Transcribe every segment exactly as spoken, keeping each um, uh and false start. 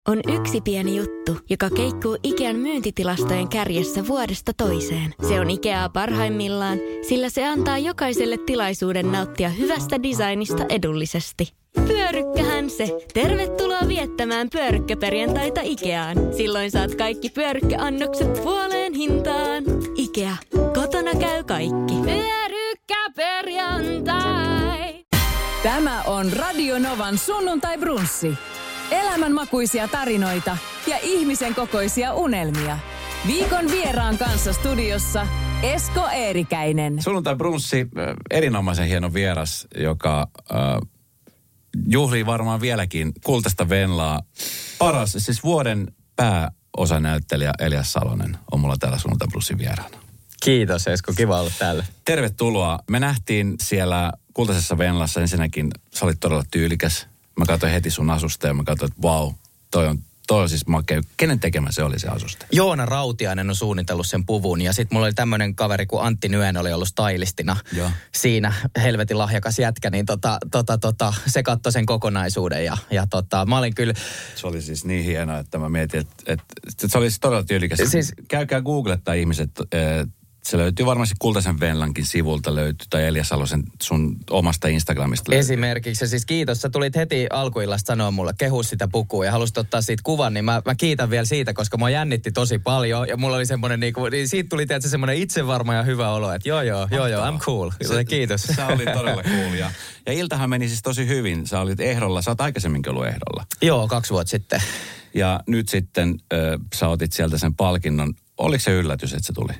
On yksi pieni juttu, joka keikkuu Ikean myyntitilastojen kärjessä vuodesta toiseen. Se on Ikeaa parhaimmillaan, sillä se antaa jokaiselle tilaisuuden nauttia hyvästä designista edullisesti. Pyörykkähän se! Tervetuloa viettämään pyörykkäperjantaita Ikeaan. Silloin saat kaikki pyörykkäannokset puoleen hintaan. Ikea. Kotona käy kaikki. Pyörykkäperjantai! Tämä on Radio Novan sunnuntai-brunssi. Elämänmakuisia tarinoita ja ihmisen kokoisia unelmia. Viikon vieraan kanssa studiossa Esko Eerikäinen. Sunnuntai-brunssi, erinomaisen hieno vieras, joka äh, juhlii varmaan vieläkin kultaista venlaa. Paras, siis vuoden pääosanäyttelijä Elias Salonen on mulla täällä Sunnuntai-brunssin vieraana. Kiitos Esko, kiva olla täällä. Tervetuloa. Me nähtiin siellä kultaisessa venlassa ensinnäkin, sä olit todella tyylikäs. Mä katsoin heti sun asusta ja mä katsoin, että vau, toi on, toi on siis makea. Kenen tekemä se oli se asuste? Joona Rautiainen on suunnitellut sen puvun ja sit mulla oli tämmönen kaveri kuin Antti Nyen oli ollut stylistina. Joo. Siinä, helvetin lahjakas jätkä, niin tota, tota, tota, se katsoi sen kokonaisuuden ja, ja tota, mä olin kyllä... Se oli siis niin hienoa, että mä mietin, että, että, että se oli todella tyylikäs. Siis, käykää googlettaa ihmiset... Äh, Se löytyy varmasti Kultaisen Venlankin sivulta löytyy, tai Elias Salosen sun omasta Instagramista löytyy. Esimerkiksi, siis kiitos. Sä tulit heti alkuillasta sanoa mulle, kehu sitä pukua ja halusit ottaa siitä kuvan, niin mä, mä kiitän vielä siitä, koska mua jännitti tosi paljon. Ja mulla oli semmoinen, niin, kuin, niin siitä tuli tietysti semmoinen itsevarma ja hyvä olo, että joo joo, joo joo, I'm cool. Se, kiitos. Sä olit todella cool. Ja, ja iltahan meni siis tosi hyvin. Sä olit ehdolla, sä oot aikaisemminkin ollut ehdolla. Joo, kaksi vuotta sitten. Ja nyt sitten äh, sä otit sieltä sen palkinnon. Oliko se yllätys, että se tuli?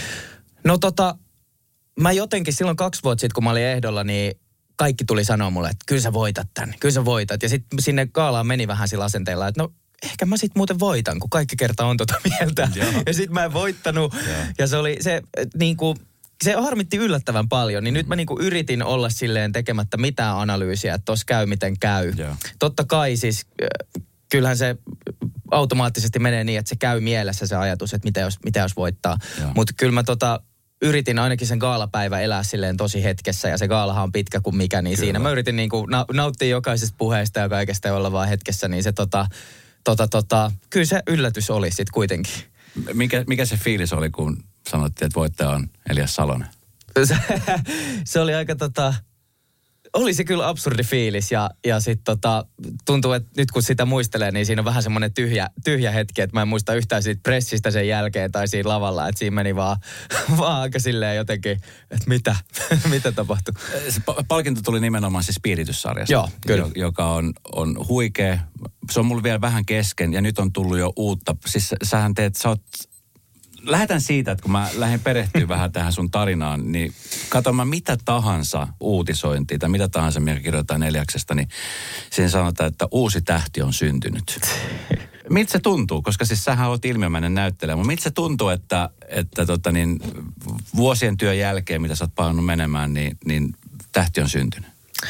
No tota, mä jotenkin silloin kaksi vuotta sitten, kun mä olin ehdolla, niin kaikki tuli sanoa mulle, että kyllä sä voitat tän, kyllä sä voitat. Ja sitten sinne gaalaan meni vähän sillä asenteella, että no ehkä mä sit muuten voitan, kun kaikki kertaa on tota mieltä. Joo. Ja sit mä en voittanut. Joo. Ja se oli se niinku, se harmitti yllättävän paljon. Niin mm. nyt mä niinku yritin olla silleen tekemättä mitään analyysiä, että tossa käy miten käy. Joo. Totta kai siis... Kyllähän se automaattisesti menee niin, että se käy mielessä se ajatus, että mitä jos, mitä jos voittaa. Mutta kyllä mä tota, yritin ainakin sen gaalapäivä elää silleen tosi hetkessä ja se gaalahan on pitkä kuin mikä, niin kyllä. Siinä mä yritin niinku na- nauttia jokaisesta puheesta ja kaikesta ja olla vaan hetkessä, niin se tota, tota, tota, kyllä se yllätys oli sitten kuitenkin. Mikä, mikä se fiilis oli, kun sanottiin, että voittaja on Elias Salonen? se, se oli aika tota... Oli se kyllä absurdi fiilis ja, ja sitten tota, tuntuu, että nyt kun sitä muistelee, niin siinä on vähän semmoinen tyhjä, tyhjä hetki, että mä en muista yhtään siitä pressistä sen jälkeen tai siinä lavalla, että siinä meni vaan, vaan aika silleen jotenkin, että mitä, mitä tapahtui. Se palkinto tuli nimenomaan siis Spiritus-sarjasta. Joo, kyllä. Joka on, on huikea. Se on mulla vielä vähän kesken ja nyt on tullut jo uutta. Siis sähän teet, sä oot... Lähetän siitä, että kun mä lähden perehtyä vähän tähän sun tarinaan, niin katon mä mitä tahansa uutisointia tai mitä tahansa, mikä kirjoitetaan Eliaksesta, niin siinä sanotaan, että uusi tähti on syntynyt. Miltä se tuntuu? Koska siis sähän oot ilmiömäinen näyttelijä, mutta miltä se tuntuu, että, että tota niin, vuosien työn jälkeen, mitä sä oot paannut menemään, niin, niin tähti on syntynyt?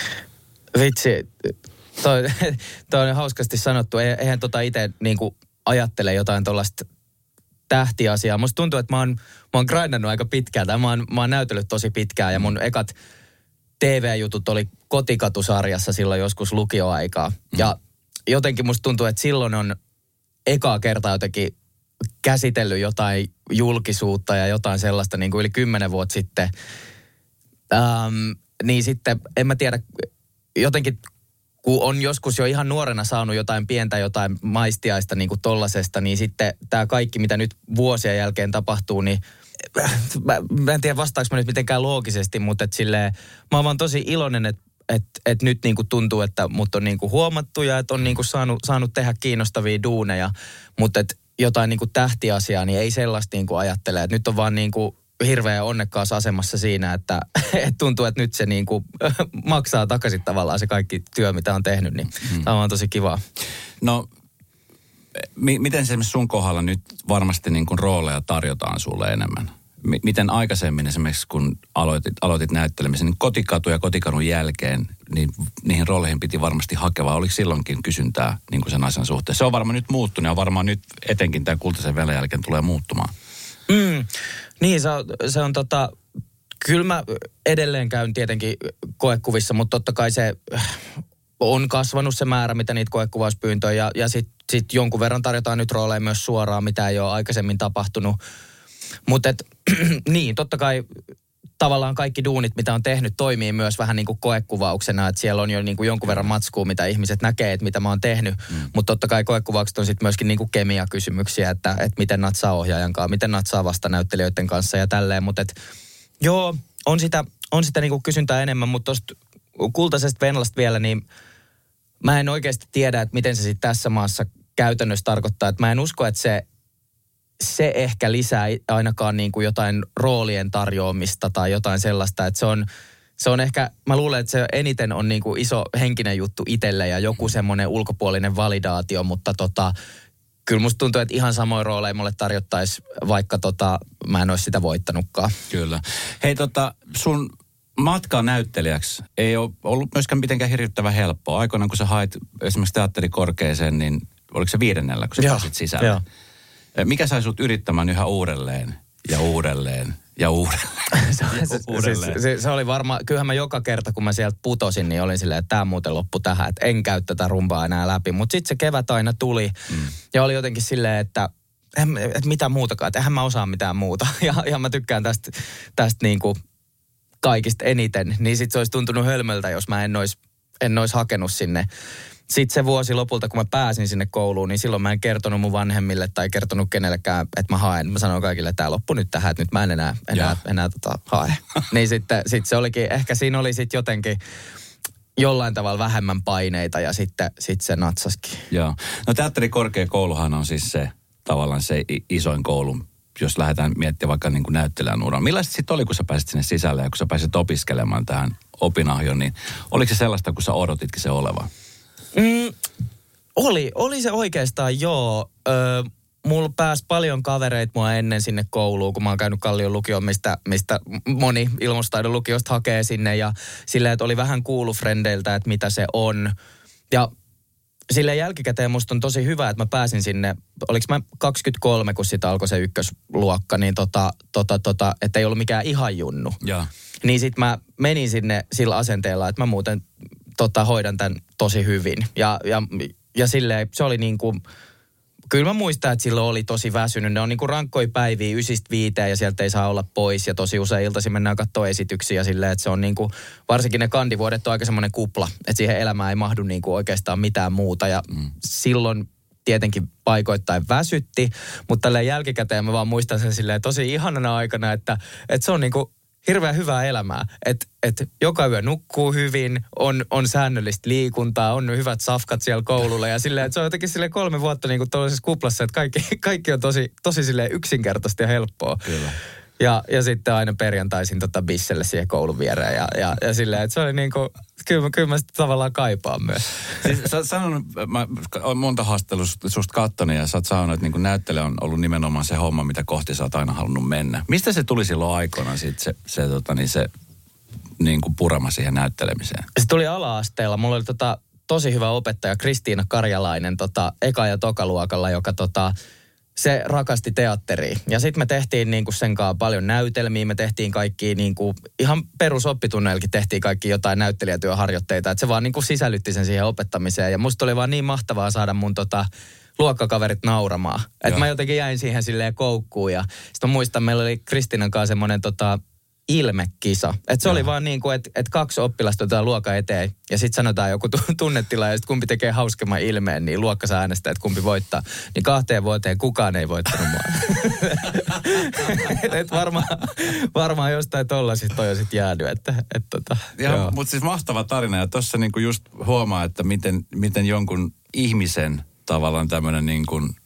Vitsi, toi, toi on hauskasti sanottu. Eihän tota itse niinku ajattele jotain tollaista tähtiasiaa. Musta tuntuu, että mä oon, mä oon grindannut aika pitkään, tai mä oon, mä oon näytellyt tosi pitkään, ja mun ekat T V-jutut oli Kotikatusarjassa silloin joskus lukioaikaa. Mm. Ja jotenkin musta tuntuu, että silloin on ekaa kertaa jotenkin käsitellyt jotain julkisuutta ja jotain sellaista niin kuin yli kymmenen vuotta sitten. Ähm, niin sitten, en mä tiedä, jotenkin kun on joskus jo ihan nuorena saanut jotain pientä, jotain maistiaista niin kuin tollasesta, niin sitten tämä kaikki, mitä nyt vuosien jälkeen tapahtuu, niin mä, mä en tiedä vastaanko mä nyt mitenkään loogisesti, mutta et silleen, mä oon vaan tosi iloinen, että et, et nyt niin kuin tuntuu, että mut on niin kuin huomattu ja että on niin kuin saanut, saanut tehdä kiinnostavia duuneja, mutta et jotain niin kuin tähtiasiaa, niin ei sellaista niin kuin ajattele, että nyt on vaan niin kuin hirveän onnekkaassa asemassa siinä, että, että tuntuu, että nyt se niin kuin maksaa takaisin tavallaan se kaikki työ, mitä on tehnyt, niin hmm. tämä on tosi kivaa. No, mi- miten esimerkiksi sun kohdalla nyt varmasti niin kuin rooleja tarjotaan sulle enemmän? M- miten aikaisemmin esimerkiksi, kun aloitit, aloitit näyttelemisen, niin Kotikatu ja Kotikadun jälkeen, niin niihin rooleihin piti varmasti hakevaa. Oliko silloinkin kysyntää niin kuin sen asian suhteen? Se on varmaan nyt muuttunut ja varmaan nyt etenkin tämän Kultaisen Venlan jälkeen tulee muuttumaan. Mm. Niin, se on, se on tota, kyllä mä edelleen käyn tietenkin koekuvissa, mutta totta kai se on kasvanut se määrä, mitä niitä koekuvauspyyntöjä ja, ja sitten sit jonkun verran tarjotaan nyt rooleja myös suoraan, mitä ei ole aikaisemmin tapahtunut. Mutta niin, totta kai tavallaan kaikki duunit, mitä on tehnyt, toimii myös vähän niin kuin koekuvauksena, että siellä on jo niin kuin jonkun verran matskua, mitä ihmiset näkee, että mitä mä oon tehnyt. Mm. Mutta totta kai koekuvaukset on sitten myöskin niin kuin kemiakysymyksiä, että, että miten natsaa ohjaajan kanssa, miten natsaa vastanäyttelijöiden kanssa ja tälleen. Mutta joo, on sitä, on sitä niin kuin kysyntää enemmän, mutta tuosta kultaisesta Venlasta vielä, niin mä en oikeasti tiedä, että miten se sitten tässä maassa käytännössä tarkoittaa. Että mä en usko, että se se ehkä lisää ainakaan niin kuin jotain roolien tarjoamista tai jotain sellaista, että se on, se on ehkä, mä luulen, että se eniten on niin kuin iso henkinen juttu itselle ja joku semmoinen ulkopuolinen validaatio, mutta tota, kyllä musta tuntuu, että ihan samoin rooleja mulle tarjottaisi, vaikka tota, mä en olisi sitä voittanutkaan. Kyllä. Hei tota, sun matka näyttelijäksi ei ole ollut myöskään mitenkään hirvittävän helppoa. Aikoinaan kun sä hait esimerkiksi teatterikorkeeseen, niin oliko se viidennellä, kun sä pääsit sisälle? Joo. Mikä sai sut yrittämään yhä uudelleen ja uudelleen ja uudelleen? se, se, uudelleen. Se, se, se oli varmaan, kyllähän mä joka kerta kun mä sieltä putosin, niin olin silleen, että tää muuten loppu tähän, että en käy tätä rumbaa enää läpi. Mutta sitten se kevät aina tuli mm. ja oli jotenkin silleen, että, että mitä muutakaan, että eihän mä osaa mitään muuta. Ja, ja mä tykkään tästä, tästä niin kuin kaikista eniten, niin sitten se olisi tuntunut hölmöltä, jos mä en olisi, en olisi hakenut sinne. Sitten se vuosi lopulta, kun mä pääsin sinne kouluun, niin silloin mä en kertonut mun vanhemmille tai kertonut kenellekään, että mä haen. Mä sanoin kaikille, että tää loppu nyt tähän, että nyt mä en enää, enää, enää tota, hae. Niin sitten sit se olikin, ehkä siinä oli sitten jotenkin jollain tavalla vähemmän paineita ja sitten sit se natsaskin. Joo. No teatterikorkeakouluhan on siis se tavallaan se isoin koulu, jos lähdetään miettimään vaikka niin kuin näyttelijän uraa. Millaista sitten oli, kun sä pääsit sinne sisälle ja kun sä pääsit opiskelemaan tähän opinahjoon, niin oliko se sellaista, kun sä odotitkin se olevan? Mm, oli, oli se oikeastaan joo. Öö, mulla pääsi paljon kavereita mua ennen sinne kouluun, kun mä oon käynyt Kallion lukioon, mistä, mistä moni ilmustaidon lukiosta hakee sinne. Ja silleen, että oli vähän kuullut frendeiltä, että mitä se on. Ja silleen jälkikäteen musta on tosi hyvä, että mä pääsin sinne, oliko mä kaksikymmentäkolme, kun sitä alkoi se ykkösluokka, niin tota, tota, tota, että ei ollut mikään ihan junnu. Ja. Niin sit mä menin sinne sillä asenteella, että mä muuten tota, hoidan tämän tosi hyvin. Ja, ja, ja silleen se oli niin kuin, kyllä mä muistan, että silloin oli tosi väsynyt. Ne on niin kuin rankkoja päiviä ysistä viiteen ja sieltä ei saa olla pois. Ja tosi usein iltaisin mennään katsoa esityksiä silleen, että se on niin kuin, varsinkin ne kandivuodet on aika semmoinen kupla. Että siihen elämään ei mahdu niin kuin oikeastaan mitään muuta. Ja mm. silloin tietenkin paikoittain väsytti, mutta tälleen jälkikäteen mä vaan muistan sen silleen tosi ihanana aikana, että, että se on niin kuin hirveän hyvää elämää. Että et joka yö nukkuu hyvin, on, on säännöllistä liikuntaa, on hyvät safkat siellä koululla ja silleen, että se on jotenkin silleen kolme vuotta niin kuin tuollaisessa kuplassa, että kaikki, kaikki on tosi, tosi silleen yksinkertaista ja helppoa. Kyllä. Ja, ja sitten aina perjantaisin tota bisselle siihen koulun viereen ja, ja, ja silleen, että se oli niin kuin, kyllä, kyllä mä sitä tavallaan kaipaan myös. Siis sä oot sanonut, mä oon monta haastattelua susta kattonut ja sä oot sanonut, että niin näyttelijä on ollut nimenomaan se homma, mitä kohti sä oot aina halunnut mennä. Mistä se tuli silloin aikoinaan sit se, se, tota, niin se niin kuin purama siihen näyttelemiseen? Se tuli ala-asteella. Mulla oli tota, tosi hyvä opettaja Kristiina Karjalainen tota, eka- ja tokaluokalla, joka tota, se rakasti teatteriin. Ja sitten me tehtiin niinku sen kanssa paljon näytelmiä. Me tehtiin kaikki niinku, ihan perusoppitunneillekin tehtiin kaikki jotain näyttelijätyöharjoitteita. Että se vaan niinku sisällytti sen siihen opettamiseen. Ja musta oli vaan niin mahtavaa saada mun tota, luokkakaverit nauramaan. Että mä jotenkin jäin siihen silleen koukkuun. Ja sitten muistan, meillä oli Kristiinan kanssa semmoinen tota, ilmekisa. Että se Jaha. oli vaan niin kuin, että et kaksi oppilasta otetaan luokan eteen ja sitten sanotaan joku tunnetila ja sitten kumpi tekee hauskemman ilmeen, niin luokka saa äänestää, että kumpi voittaa. Niin kahteen vuoteen kukaan ei voittanut mua. et, et varmaan, varmaan jostain tollaisista on jo sitten jäänyt. Että, et, tota, mutta siis mahtava tarina ja tuossa niinku just huomaa, että miten, miten jonkun ihmisen tavallaan tämmöinen niin kuin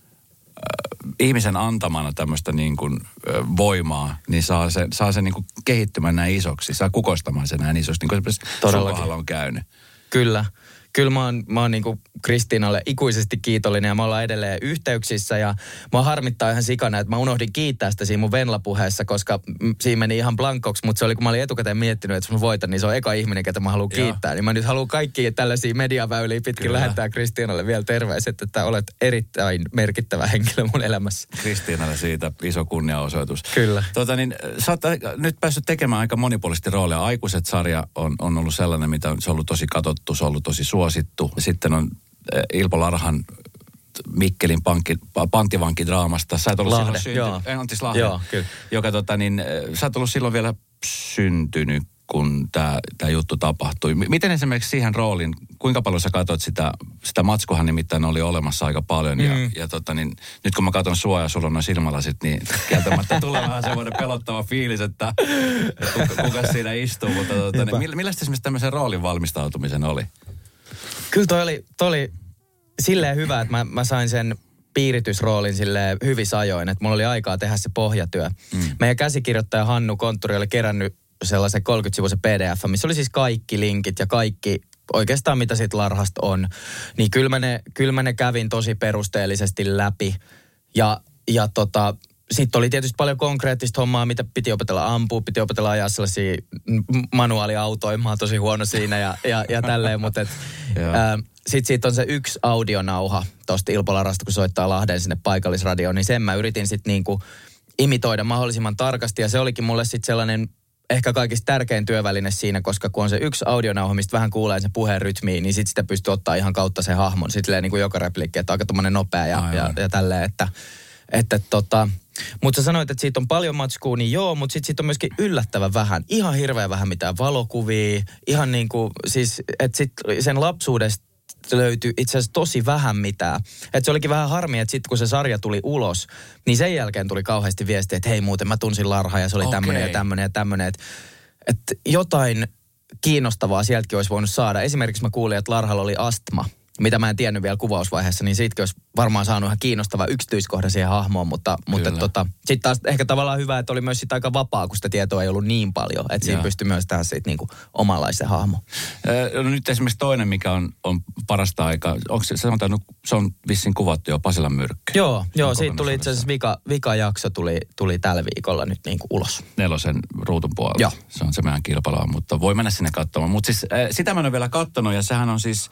ihmisen antamana tämmöistä niin kuin voimaa, niin saa se, saa se niin kuin kehittymään näin isoksi, saa kukostamaan sen näin isoksi, niin kuin se sulla on käynyt. Kyllä, kyllä mä oon, mä oon niinku Kristiinalle ikuisesti kiitollinen ja me ollaan edelleen yhteyksissä ja mä harmittaa ihan sikana, että mä unohdin kiittää sitä siinä mun Venla-puheessa, koska siinä meni ihan blankoksi, mutta se oli kun mä olin etukäteen miettinyt, että jos mä voitan, niin se on eka ihminen, ketä mä haluan kiittää. Niin mä nyt haluan kaikkia tällaisia mediaväyliä pitkin kyllä lähettää Kristiinalle vielä terveiset, että olet erittäin merkittävä henkilö mun elämässä. Kristiinalle siitä iso kunniaosoitus. Kyllä. Tota niin, sä oot nyt päässyt tekemään aika monipuolisesti rooleja. Aikuiset-sarja on, on ollut sellainen, mitä on, se on ollut tosi katsottu, se on ollut tosi suosittu. Sitten on Ilpo Larhan Mikkelin pankki, panttivankidraamasta. Sä et ollut Lahde, silloin syntynyt. joo. Antis Lahde. Joo, kyllä. Joka tota niin, sä et ollut silloin vielä syntynyt, kun tämä juttu tapahtui. Miten esimerkiksi siihen rooliin, kuinka paljon sä katsoit sitä, sitä matskuhan nimittäin oli olemassa aika paljon. Mm. Ja, ja tota niin, nyt kun mä katson sua ja sulla on noin silmälasit, niin kieltämättä tulee vähän semmoinen pelottava fiilis, että, että kuka, kuka siinä istuu. Mutta tota, niin, millaista esimerkiksi tämmöisen roolin valmistautumisen oli? Kyllä toi oli, toi oli silleen hyvä, että mä, mä sain sen piiritysroolin silleen hyvissä ajoin, että mulla oli aikaa tehdä se pohjatyö. Mm. Meidän käsikirjoittaja Hannu Kontturi oli kerännyt sellaisen kolmekymmentäsivuisen P D F, missä oli siis kaikki linkit ja kaikki oikeastaan mitä siitä Larhasta on. Niin kyllä mä ne, kyllä mä ne kävin tosi perusteellisesti läpi. Ja, ja tota, sitten oli tietysti paljon konkreettista hommaa, mitä piti opetella ampua, piti opetella ajaa sellaisia manuaaliautoja. Mä oon tosi huono siinä ja, ja, ja tälleen, mutta et, sitten siitä on se yksi audionauha tuosta Ilpo Larasta, kun soittaa Lahden sinne paikallisradioon, niin sen mä yritin sitten niinku imitoida mahdollisimman tarkasti ja se olikin mulle sitten sellainen ehkä kaikista tärkein työväline siinä, koska kun on se yksi audionauha, mistä vähän kuulee se puheen rytmiin, niin sitten sitä pystyy ottaa ihan kautta se hahmon. Sitten niin kuin joka repliikki, että aika tommoinen nopea ja, ja, ja tälleen, että, että tota. Mutta sä sanoit, että siitä on paljon matskua, niin joo, mutta sitten siitä on myöskin yllättävän vähän. Ihan hirveän vähän mitään valokuvia, ihan niin kuin, siis, että sitten sen lapsuudesta löytyi itse asiassa tosi vähän mitään. Että se olikin vähän harmi, että sitten kun se sarja tuli ulos, niin sen jälkeen tuli kauheasti viestiä, että hei muuten mä tunsin Larhaa ja se oli okay. tämmöinen ja tämmöinen ja tämmöinen. Että et jotain kiinnostavaa sieltäkin olisi voinut saada. Esimerkiksi mä kuulin, että Larhalla oli astma, mitä mä en tiennyt vielä kuvausvaiheessa, niin siitäkin olisi varmaan saanut ihan kiinnostava yksityiskohta siihen hahmoon, mutta, mutta tota, sitten taas ehkä tavallaan hyvä, että oli myös sitä aika vapaa, kun sitä tietoa ei ollut niin paljon, että siinä pystyi myös tähän siitä niin kuin omanlaisen hahmo. No nyt esimerkiksi toinen, mikä on, on parasta aikaa, onko se, sanotaan, se on vissiin kuvattu jo Pasilan myrkky. Joo, joo siitä tuli itse asiassa vika, vika jakso tuli, tuli tällä viikolla nyt niin kuin ulos. Nelosen ruutun puolelta. Joo. Se on se meidän kilpailua, mutta voi mennä sinne katsomaan. Mutta siis sitä mä en ole vielä katsonut ja sehän on siis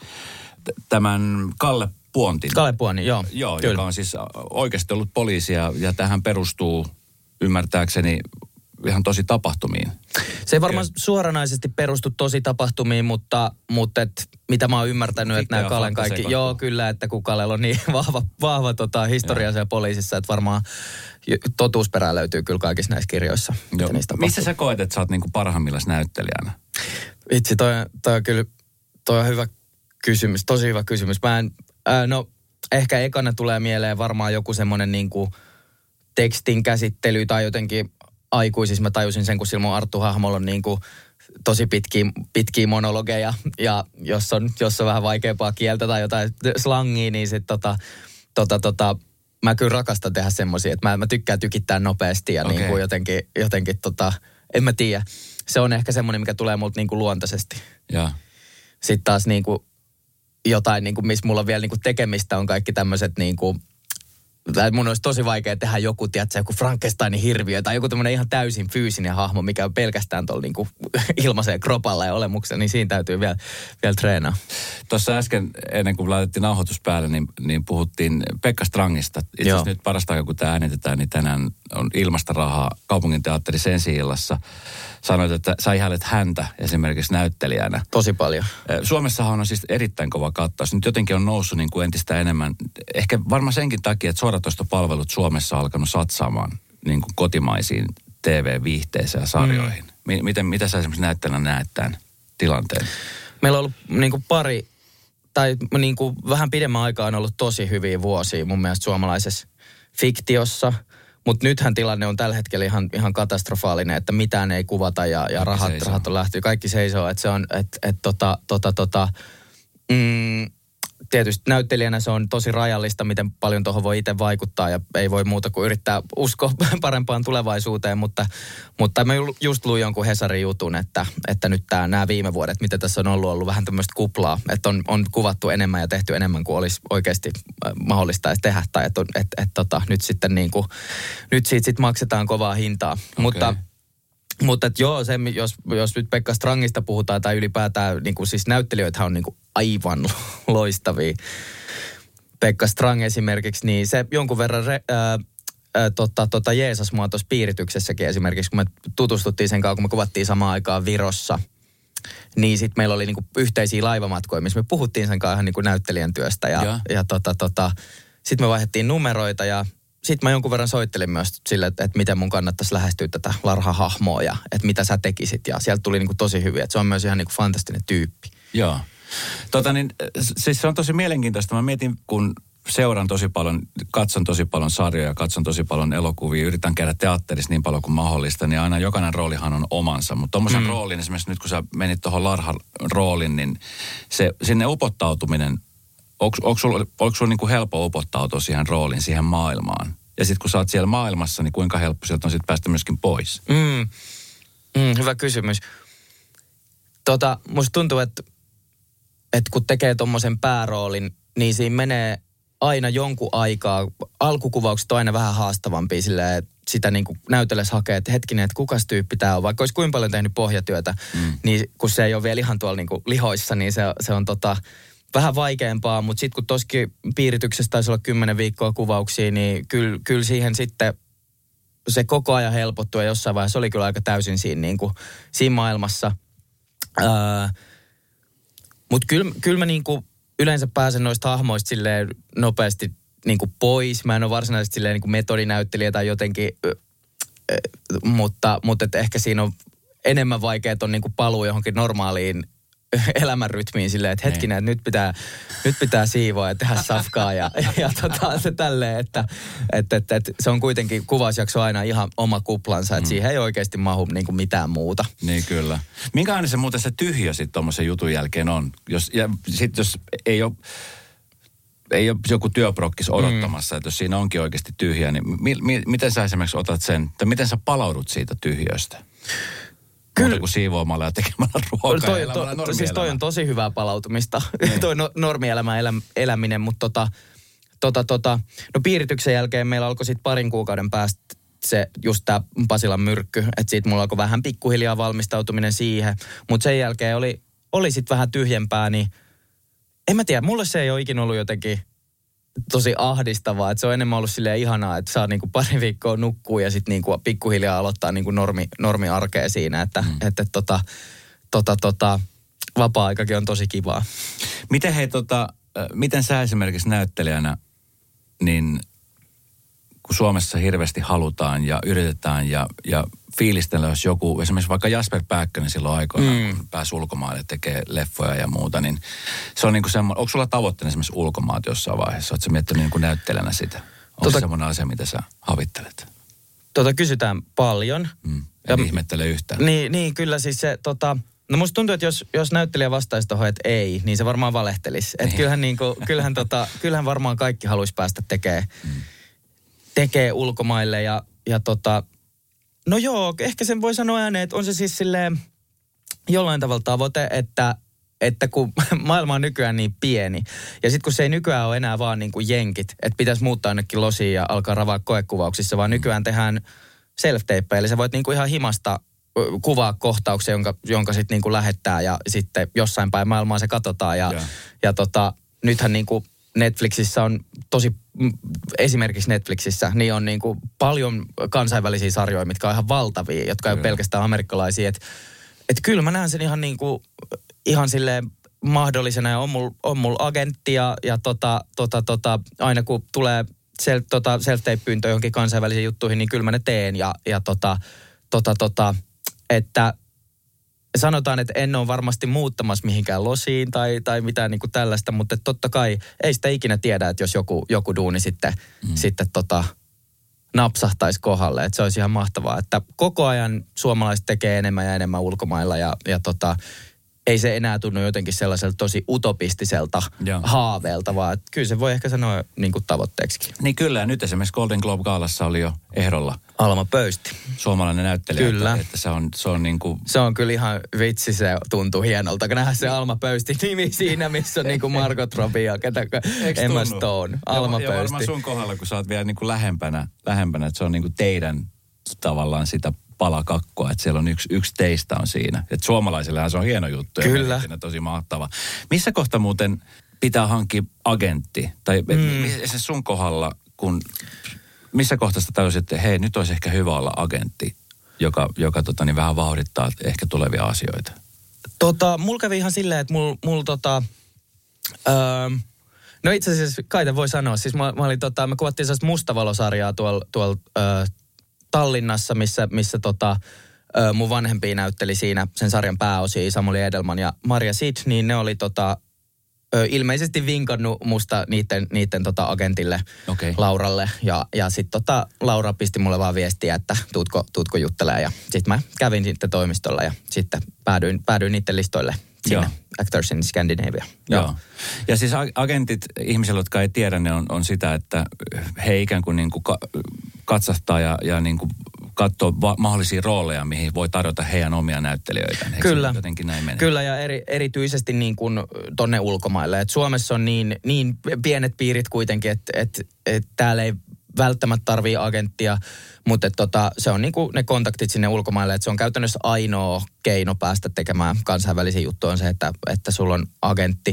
tämän Kalle Puontin. Kalle Puontin, joo. Joo, kyllä. Joka on siis oikeasti ollut poliisi ja, ja tähän perustuu ymmärtääkseni ihan tosi tapahtumiin. Se ei varmaan kyllä suoranaisesti perustu tosi tapahtumiin, mutta, mutta et, mitä mä oon ymmärtänyt, että nämä Kallen kaikki, joo kyllä, että kun Kallella on niin vahva, vahva tota, historia siellä poliisissa, että varmaan totuusperää löytyy kyllä kaikissa näissä kirjoissa. Missä sä koet, että sä oot niinku parhaimmillaan näyttelijänä? Itse toi, toi on kyllä, toi on hyvä kysymys, tosi hyvä kysymys. Mä en, ää, no ehkä ekana tulee mieleen varmaan joku semmoinen niinku tekstin käsittely tai jotenkin aikuisissa. Mä tajusin sen, kun sillä mun Arttu-hahmolla on niinku tosi pitkiä, pitkiä monologeja ja jos on, jos on vähän vaikeampaa kieltä tai jotain slangia, niin sit tota, tota, tota, mä kyllä rakastan tehdä semmosia, että mä, mä tykkään tykittää nopeasti ja okay. niinku jotenkin, jotenkin tota, en mä tiedä. Se on ehkä semmoinen, mikä tulee multa niinku luontaisesti. Ja. Sitten taas niinku jotain, niin kuin, missä mulla on vielä niin kuin tekemistä, on kaikki tämmöiset niin kuin, tai mun olisi tosi vaikea tehdä joku, tiedätkö, joku Frankensteinin hirviö tai joku tämmöinen ihan täysin fyysinen hahmo, mikä on pelkästään tuolla niin kuin ilmaiseen kropalla ja olemuksella, niin siinä täytyy vielä, vielä treenaa. Tuossa äsken, ennen kuin laitettiin nauhoitus päälle, niin, niin puhuttiin Pekka Strangista. Itse asiassa nyt parasta aikaa, kun tämä äänitetään, niin tänään on ilmasta rahaa kaupunginteatterissa ensi-illassa. Sanoit, että sä ihailet häntä esimerkiksi näyttelijänä. Tosi paljon. Suomessahan on siis erittäin kova kattaus. Nyt jotenkin on noussut niin kuin entistä enemmän. Ehkä varmaan senkin takia, että suoratoistopalvelut Suomessa on alkanut satsaamaan niin kuin kotimaisiin T V-viihteeseen ja sarjoihin. Mm. Miten, mitä sä esimerkiksi näyttelijänä näet tämän tilanteen? Meillä on ollut niin kuin pari, tai niin kuin vähän pidemmän aikaa on ollut tosi hyviä vuosia mun mielestä suomalaisessa fiktiossa. Mutta nythän tilanne on tällä hetkellä ihan, ihan katastrofaalinen, että mitään ei kuvata ja, ja rahat, rahat on lähty. Kaikki seisoo, että se on, että et, tota, tota, tota, mm, tietysti näyttelijänä se on tosi rajallista, miten paljon tuohon voi itse vaikuttaa ja ei voi muuta kuin yrittää uskoa parempaan tulevaisuuteen, mutta, mutta mä just luin jonkun Hesarin jutun, että, että nyt tää, nämä viime vuodet, mitä tässä on ollut, ollut vähän tämmöistä kuplaa, että on, on kuvattu enemmän ja tehty enemmän kuin olisi oikeasti mahdollista edes tehdä, tai että et, et, tota, nyt sitten niin kuin, nyt siitä sit maksetaan kovaa hintaa, okay. mutta Mutta et joo, se, jos, jos nyt Pekka Strangista puhutaan tai ylipäätään, niin kuin siis näyttelijöitä on niin kuin aivan loistavia. Pekka Strang esimerkiksi, niin se jonkun verran re, ää, ää, tota, tota jeesas mua tuossa Piirityksessäkin esimerkiksi, kun me tutustuttiin sen kanssa, kun me kuvattiin samaan aikaan Virossa. Niin sitten meillä oli niin kuin yhteisiä laivamatkoja, missä me puhuttiin sen kanssa ihan niin kuin näyttelijän työstä. Ja, ja. ja tota, tota, sitten me vaihdettiin numeroita ja sitten mä jonkun verran soittelin myös sille, että, että miten mun kannattaisi lähestyä tätä Larha-hahmoa ja että mitä sä tekisit. Ja sieltä tuli niinku tosi hyviä, että se on myös ihan niinku fantastinen tyyppi. Joo. Tota niin, siis se on tosi mielenkiintoista. Mä mietin, kun seuran tosi paljon, katson tosi paljon sarjoja, katson tosi paljon elokuvia, yritän käydä teatterissa niin paljon kuin mahdollista, niin aina jokainen roolihan on omansa. Mutta tuommoisen mm. roolin, esimerkiksi nyt kun sä menit tuohon Larha-roolin, niin se sinne upottautuminen, Onko, onko sulla, onko sulla niin kuin helppo upottautua siihen rooliin, siihen maailmaan? Ja sitten kun sä oot siellä maailmassa, niin kuinka helppo sieltä on sitten päästä myöskin pois? Mm. Mm, hyvä kysymys. Tota, musta tuntuu, että, että kun tekee tommosen pääroolin, niin siinä menee aina jonkun aikaa. Alkukuvaukset on aina vähän haastavampia silleen, että sitä niin kuin näytellessä hakee, että hetkinen, että kukas tyyppi tää on. Vaikka olisi kuinka paljon tehnyt pohjatyötä, mm. niin kun se ei ole vielä ihan tuolla niin kuin lihoissa, niin se, se on tota... vähän vaikeampaa, mutta sitten kun toskin Piirityksessä taisi olla kymmenen viikkoa kuvauksia, niin kyllä, kyllä siihen sitten se koko ajan helpottui ja jossain vaiheessa oli kyllä aika täysin siinä, niin kuin, siinä maailmassa. Mutta kyllä, kyllä mä niin kuin yleensä pääsen noista hahmoista silleen nopeasti niin kuin pois. Mä en ole varsinaisesti silleen niin kuin metodinäyttelijä tai jotenkin, mutta, mutta et ehkä siinä on enemmän vaikeaa on niin kuin paluu johonkin normaaliin elämänrytmiin silleen, että hetkinen, että nyt pitää, nyt pitää siivoa ja tehdä safkaa ja, ja tota, se tälleen, että et, et, et, se on kuitenkin kuvausjakso aina ihan oma kuplansa, että mm. siihen ei oikeasti mahu niin kuin mitään muuta. Niin kyllä. Minkälainen se muuten se tyhjö sitten tuommoisen jutun jälkeen on? Jos, ja sitten jos ei ole, ei ole joku työprokkis odottamassa, mm. että jos siinä onkin oikeasti tyhjä, niin mi, mi, miten sä esimerkiksi otat sen, tai miten sä palaudut siitä tyhjöstä? Kyllä. Muuta kuin siivoamalla ja tekemällä ruokaa toi, ja to, to, siis toi on tosi hyvää palautumista, niin. toi no, normielämän elä, eläminen, mutta tota, tota, tota, no Piirityksen jälkeen meillä alkoi sitten parin kuukauden päästä se just tää Pasilan myrkky, että siitä mulla alkoi vähän pikkuhiljaa valmistautuminen siihen, mutta sen jälkeen oli, oli sitten vähän tyhjempää, niin en mä tiedä, mulle se ei ole ikinä ollut jotenkin tosi ahdistavaa, että se on enemmän ollut silleen ihanaa, että saa niinku pari viikkoa nukkuu ja sitten niinku pikkuhiljaa aloittaa niinku normi, normiarkea siinä, että mm. että tota, tota, tota, vapaa-aikakin on tosi kivaa. Miten hei tota, miten sä esimerkiksi näyttelijänä, niin kun Suomessa hirveästi halutaan ja yritetään ja, ja fiilistellä, jos joku, esimerkiksi vaikka Jasper Pääkkönen silloin aikoinaan, mm. kun pääsi ulkomaille tekee leffoja ja muuta, niin se on niin kuin semmoinen, onko sulla tavoitteena esimerkiksi ulkomaat jossain vaiheessa? Oletko sä miettinyt niin kuin näyttelijänä sitä? Onko tota, se semmoinen asia, mitä sä havittelet? Tota kysytään paljon. Mm. En ja, ihmettele yhtään. Niin, niin, kyllä siis se, tota, no musta tuntuu, että jos, jos näyttelijä vastaisi tuohon, että ei, niin se varmaan valehtelisi. Että kyllähän, niin kuin, kyllähän, tota, kyllähän varmaan kaikki haluaisi päästä tekemään mm. tekee ulkomaille ja, ja tota, no joo, ehkä sen voi sanoa ääneen, että on se siis silleen jollain tavalla tavoite, että, että kun maailma on nykyään niin pieni ja sitten kun se ei nykyään ole enää vaan niin kuin jenkit, että pitäisi muuttaa jonnekin losiin ja alkaa ravaa koekuvauksissa, vaan nykyään tehdään self-tapeja, eli sä voit niin kuin ihan himasta kuvaa kohtauksia, jonka, jonka sitten niin kuin lähettää ja sitten jossain päin maailmaa se katsotaan ja, yeah. ja tota, nythän niin kuin Netflixissä on tosi, esimerkiksi Netflixissä, niin on niin kuin paljon kansainvälisiä sarjoja, mitkä on ihan valtavia, jotka ei ole pelkästään amerikkalaisia. Että et kyllä mä näen sen ihan niin kuin, ihan silleen mahdollisena ja on mulla on mul agentti ja, ja tota, tota, tota, aina kun tulee sel, tota, self-tape-pyyntö johonkin kansainvälisiin juttuihin, niin kyllä mä ne teen ja, ja tota, tota, tota, että sanotaan, että en ole varmasti muuttamassa mihinkään losiin tai, tai mitään niin kuin tällaista, mutta totta kai ei sitä ikinä tiedä, että jos joku, joku duuni sitten, mm. sitten tota, napsahtaisi kohdalle. Että se olisi ihan mahtavaa, että koko ajan suomalaiset tekee enemmän ja enemmän ulkomailla ja, ja tota, ei se enää tunnu jotenkin sellaiselta tosi utopistiselta Joo. haaveelta, vaan että kyllä se voi ehkä sanoa niin kuin tavoitteeksikin. Niin kyllä, ja nyt esimerkiksi Golden Globe-gaalassa oli jo ehdolla Alma Pöysti. suomalainen näyttelijä. Kyllä. Että, että se on, se on niin kuin... Se on kyllä ihan vitsi, se tuntuu hienolta, kun nähdään se Alma Pöysti nimi siinä, missä on niin kuin Margot Robbie ja ketä, Emma tunnu? Stone. Alma ja, Pöysti. Ja varmaan sun kohdalla, kun sä oot vielä niin kuin lähempänä, lähempänä, että se on niin kuin teidän tavallaan sitä palakakkoa, että siellä on yksi, yksi teistä on siinä. Että suomalaisillehan se on hieno juttu. Kyllä. Ja tosi mahtava. Missä kohta muuten pitää hankkia agentti? Tai mm. se sun kohdalla, kun missä kohtaa sä tajusit, että hei, nyt olisi ehkä hyvä olla agentti, joka, joka tota, niin vähän vauhdittaa ehkä tulevia asioita? Tota, mulla kävi ihan silleen, että mulla mul, tota... Öö, no itse asiassa, kai voi sanoa, siis mä, mä olin tota, me kuvattiin sellaista mustavalosarjaa tuolla tuol, öö, Tallinnassa, missä, missä tota, ö, mun vanhempia näytteli siinä sen sarjan pääosia, Samuli Edelman ja Marja Sid, niin ne oli tota, ö, ilmeisesti vinkannut musta niiden, niiden tota agentille, okay. Lauralle. Ja, ja sitten tota, Laura pisti mulle vaan viestiä, että tuutko, tuutko juttelemaan. Ja sitten mä kävin sitten toimistolla ja sitten päädyin, päädyin niiden listoille sinne. Joo. Actors in Scandinavia. Joo. Joo. Ja siis agentit ihmisille, jotka ei tiedä, ne on, on sitä, että he ikään kuin, niin kuin katsastaa ja, ja niin kuin katsoo va- mahdollisia rooleja, mihin voi tarjota heidän omia näyttelijöitään. Eikö Kyllä. Jotenkin näin menee? Kyllä, ja eri, erityisesti niin kuin tonne ulkomaille. Et Suomessa on niin, niin pienet piirit kuitenkin, että et, et täällä ei välttämättä tarvii agenttia, mutta et tota, se on niinku ne kontaktit sinne ulkomaille, että se on käytännössä ainoa keino päästä tekemään kansainvälisiä juttuja on se, että, että sulla on agentti.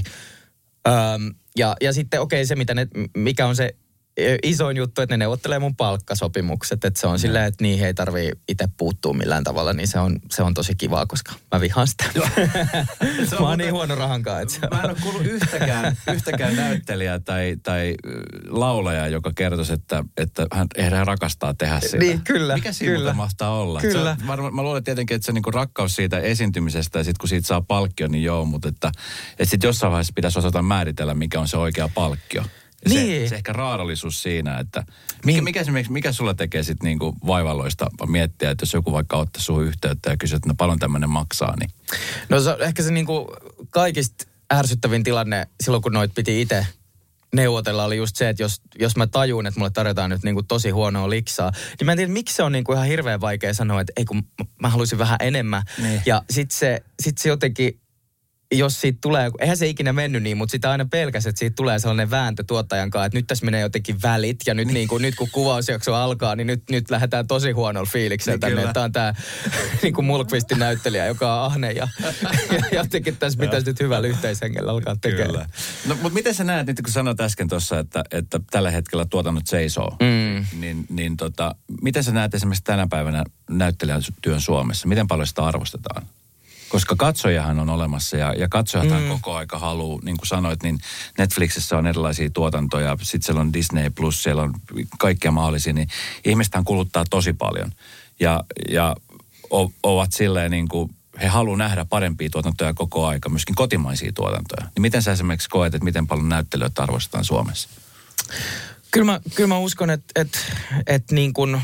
Öm, ja, ja sitten okei, okay, se mitä ne, mikä on se isoin juttu, että ne neuvottelee mun palkkasopimukset, että se on silleen, että niihin ei tarvii itse puuttua millään tavalla, niin se on, se on tosi kivaa, koska mä vihaan sitä. Mä oon niin huono rahankaan. Että se mä en ole kuullut yhtäkään, yhtäkään näyttelijää tai, tai laulajaa, joka kertoisi, että, että hän, hän rakastaa tehdä sitä. Niin, kyllä. Mikä siinä kyllä. mahtaa olla? Kyllä. On, mä, mä luulen tietenkin, että se niinku rakkaus siitä esiintymisestä ja sitten kun siitä saa palkkio, niin joo, mutta että, että sitten jossain vaiheessa pitäisi osata määritellä, mikä on se oikea palkkio. Se, niin. se ehkä raadollisuus siinä, että mikä, mikä, mikä, mikä sulla tekee sitten niinku vaivalloista miettiä, että jos joku vaikka ottaa suhun yhteyttä ja kysyy, että no paljon tämmöinen maksaa, niin... No se on ehkä se niinku kaikista ärsyttävin tilanne silloin, kun noit piti itse neuvotella, oli just se, että jos, jos mä tajun, että mulle tarjotaan nyt niinku tosi huonoa liksaa, niin mä en tiedä, miksi se on niinku ihan hirveän vaikea sanoa, että ei kun mä haluaisin vähän enemmän. Niin. Ja sit se, sit se jotenkin... Jos siitä tulee, eihän se ikinä mennyt niin, mutta sitä aina pelkäsi, että siitä tulee sellainen vääntö tuottajan kanssa, että nyt tässä menee jotenkin välit ja nyt, niin kuin, nyt kun kuvausjakso alkaa, niin nyt, nyt lähdetään tosi huonolla fiiliksellä niin tänne. Tämä on tämä niin kuin Mulkvistin näyttelijä, joka on ahne ja, ja jotenkin tässä pitäisi nyt hyvällä yhteishengellä alkaa tekemään. No mutta miten sä näet, nyt kun sanoit äsken tuossa, että, että tällä hetkellä tuotannot seisoo, mm. niin, niin tota, miten sä näet esimerkiksi tänä päivänä näyttelijän työn Suomessa? Miten paljon sitä arvostetaan? Koska katsojahan on olemassa ja, ja katsojathan mm. koko aika haluaa, niin kuin sanoit, niin Netflixissä on erilaisia tuotantoja, sitten siellä on Disney Plus, siellä on kaikkia mahdollisia, niin ihmisethän kuluttaa tosi paljon. Ja, ja o, ovat silleen niin kuin, he haluaa nähdä parempia tuotantoja koko aika, myöskin kotimaisia tuotantoja. Niin miten sä esimerkiksi koet, että miten paljon näyttelijöitä arvostetaan Suomessa? Kyllä mä, kyllä mä uskon, että, että, että niin kuin,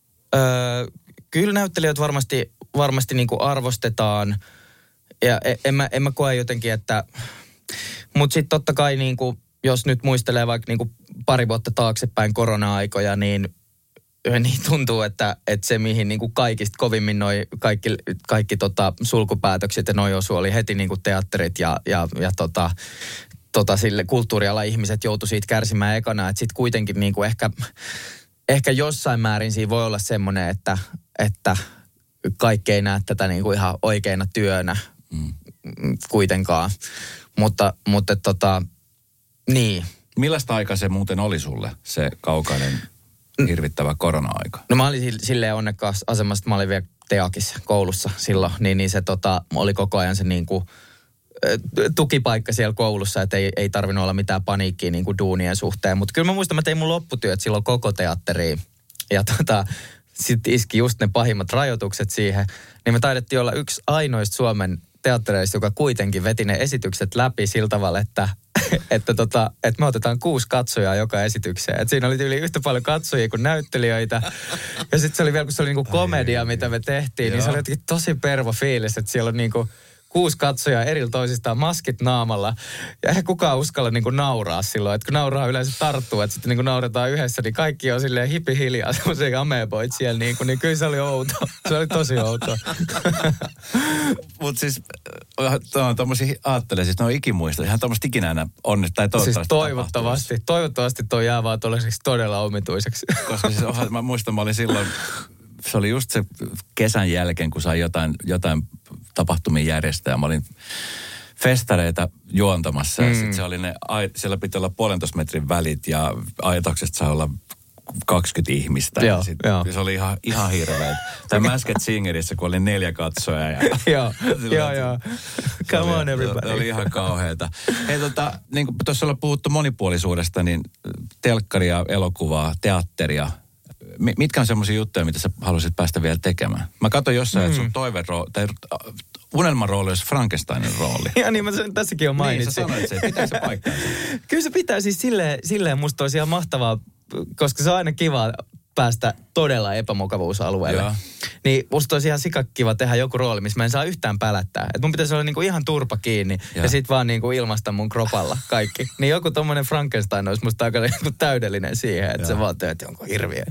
öö, kyllä näyttelijöitä varmasti, varmasti niin kuin arvostetaan. Ja en mä, en mä koe jotenkin, että... Mutta sitten totta kai, niin kuin, jos nyt muistelee vaikka niin kuin pari vuotta taaksepäin korona-aikoja, niin, niin tuntuu, että, että se mihin niin kuin kaikista kovimmin noi kaikki, kaikki tota sulkupäätökset ja noi osu oli heti niin kuin teatterit ja, ja, ja tota, tota sille kulttuuriala ihmiset joutu siitä kärsimään ekana. Että sitten kuitenkin niin kuin ehkä, ehkä jossain määrin siinä voi olla semmoinen, että, että kaikki ei näe tätä niin kuin ihan oikeana työnä. Mm. Kuitenkaan. Mutta, mutta tota, niin. Millaista aikaa se muuten oli sulle, se kaukainen hirvittävä korona-aika? No mä olin silleen onnekkaassa asemassa, että mä olin vielä Teakissa koulussa silloin, niin, niin se tota, oli koko ajan se niin kuin tukipaikka siellä koulussa, että ei, ei tarvinnut olla mitään paniikkia niin kuin duunien suhteen. Mutta kyllä mä muistan, mä tein mun lopputyöt silloin koko teatteriin. Ja tota, sitten iski just ne pahimmat rajoitukset siihen. Niin me taidettiin olla yksi ainoista Suomen teattereista, joka kuitenkin veti ne esitykset läpi sillä tavalla, että, että, tota, että me otetaan kuusi katsojaa joka esitykseen. Et siinä oli yli yhtä paljon katsojia kuin näyttelijöitä. Ja sitten se oli vielä, kun se oli niinku komedia, mitä me tehtiin, niin se oli jotenkin tosi pervo fiilis, että siellä on niinku kuusi katsojaa erillä toisistaan, maskit naamalla. Ja eihän kukaan uskalla niin kuin nauraa silloin. Että kun nauraa yleensä tarttuu, että sitten niin kuin nauretaan yhdessä, niin kaikki on silleen hipi hiljaa, semmoisia ameboit siellä. Niin, kuin, niin kyllä se oli outo. Se oli tosi outo. Mutta siis tuommoisia aattelee, siis ne on ikimuista. Ihan tuommoista ikinä enää onnista. Tai toivottavasti. Siis toivottavasti. Toivottavasti tuo jää vaan tuollaiseksi todella omituiseksi. Koska siis onhan, mä muistan, mä olin silloin, se oli just se kesän jälkeen, kun sai jotain, jotain tapahtumia järjestää. Mä olin festareita juontamassa ja mm. sitten se oli ne, siellä piti olla puolentoista metrin välit ja aitoksesta saa olla kaksikymmentä ihmistä. Joo, ja sit, joo. Se oli ihan, ihan hirveä. Tai Masked Singerissä, kun oli neljä katsojaa. Ja joo, joo, joo. Come on everybody. Se oli ihan kauheata. Hei tota, niin kuin tuossa ollaan puhuttu monipuolisuudesta, niin telkkaria, elokuvaa, teatteria. Mitkä on semmoisia juttuja, mitä sä haluaisit päästä vielä tekemään? Mä katson jossain, mm. että sun toiverooli, tai unelmarooli olisi Frankensteinin rooli. Ja niin, mä sen tässäkin on mainitsin. Niin, sä sanoit se, pitää se paikkaansa. Kyllä se pitää siis silleen, silleen musta olisi ihan mahtavaa, koska se on aina kiva päästä todella epämukavuusalueelle. Joo. Niin musta olisi ihan sikakiva tehdä joku rooli, missä mä en saa yhtään pälättää. Että mun pitäisi olla niinku ihan turpa kiinni ja, ja sit vaan niinku ilmaista mun kropalla kaikki. Niin joku tommonen Frankenstein olisi musta aika niinku täydellinen siihen, että sä vaan teet jonkun hirviön.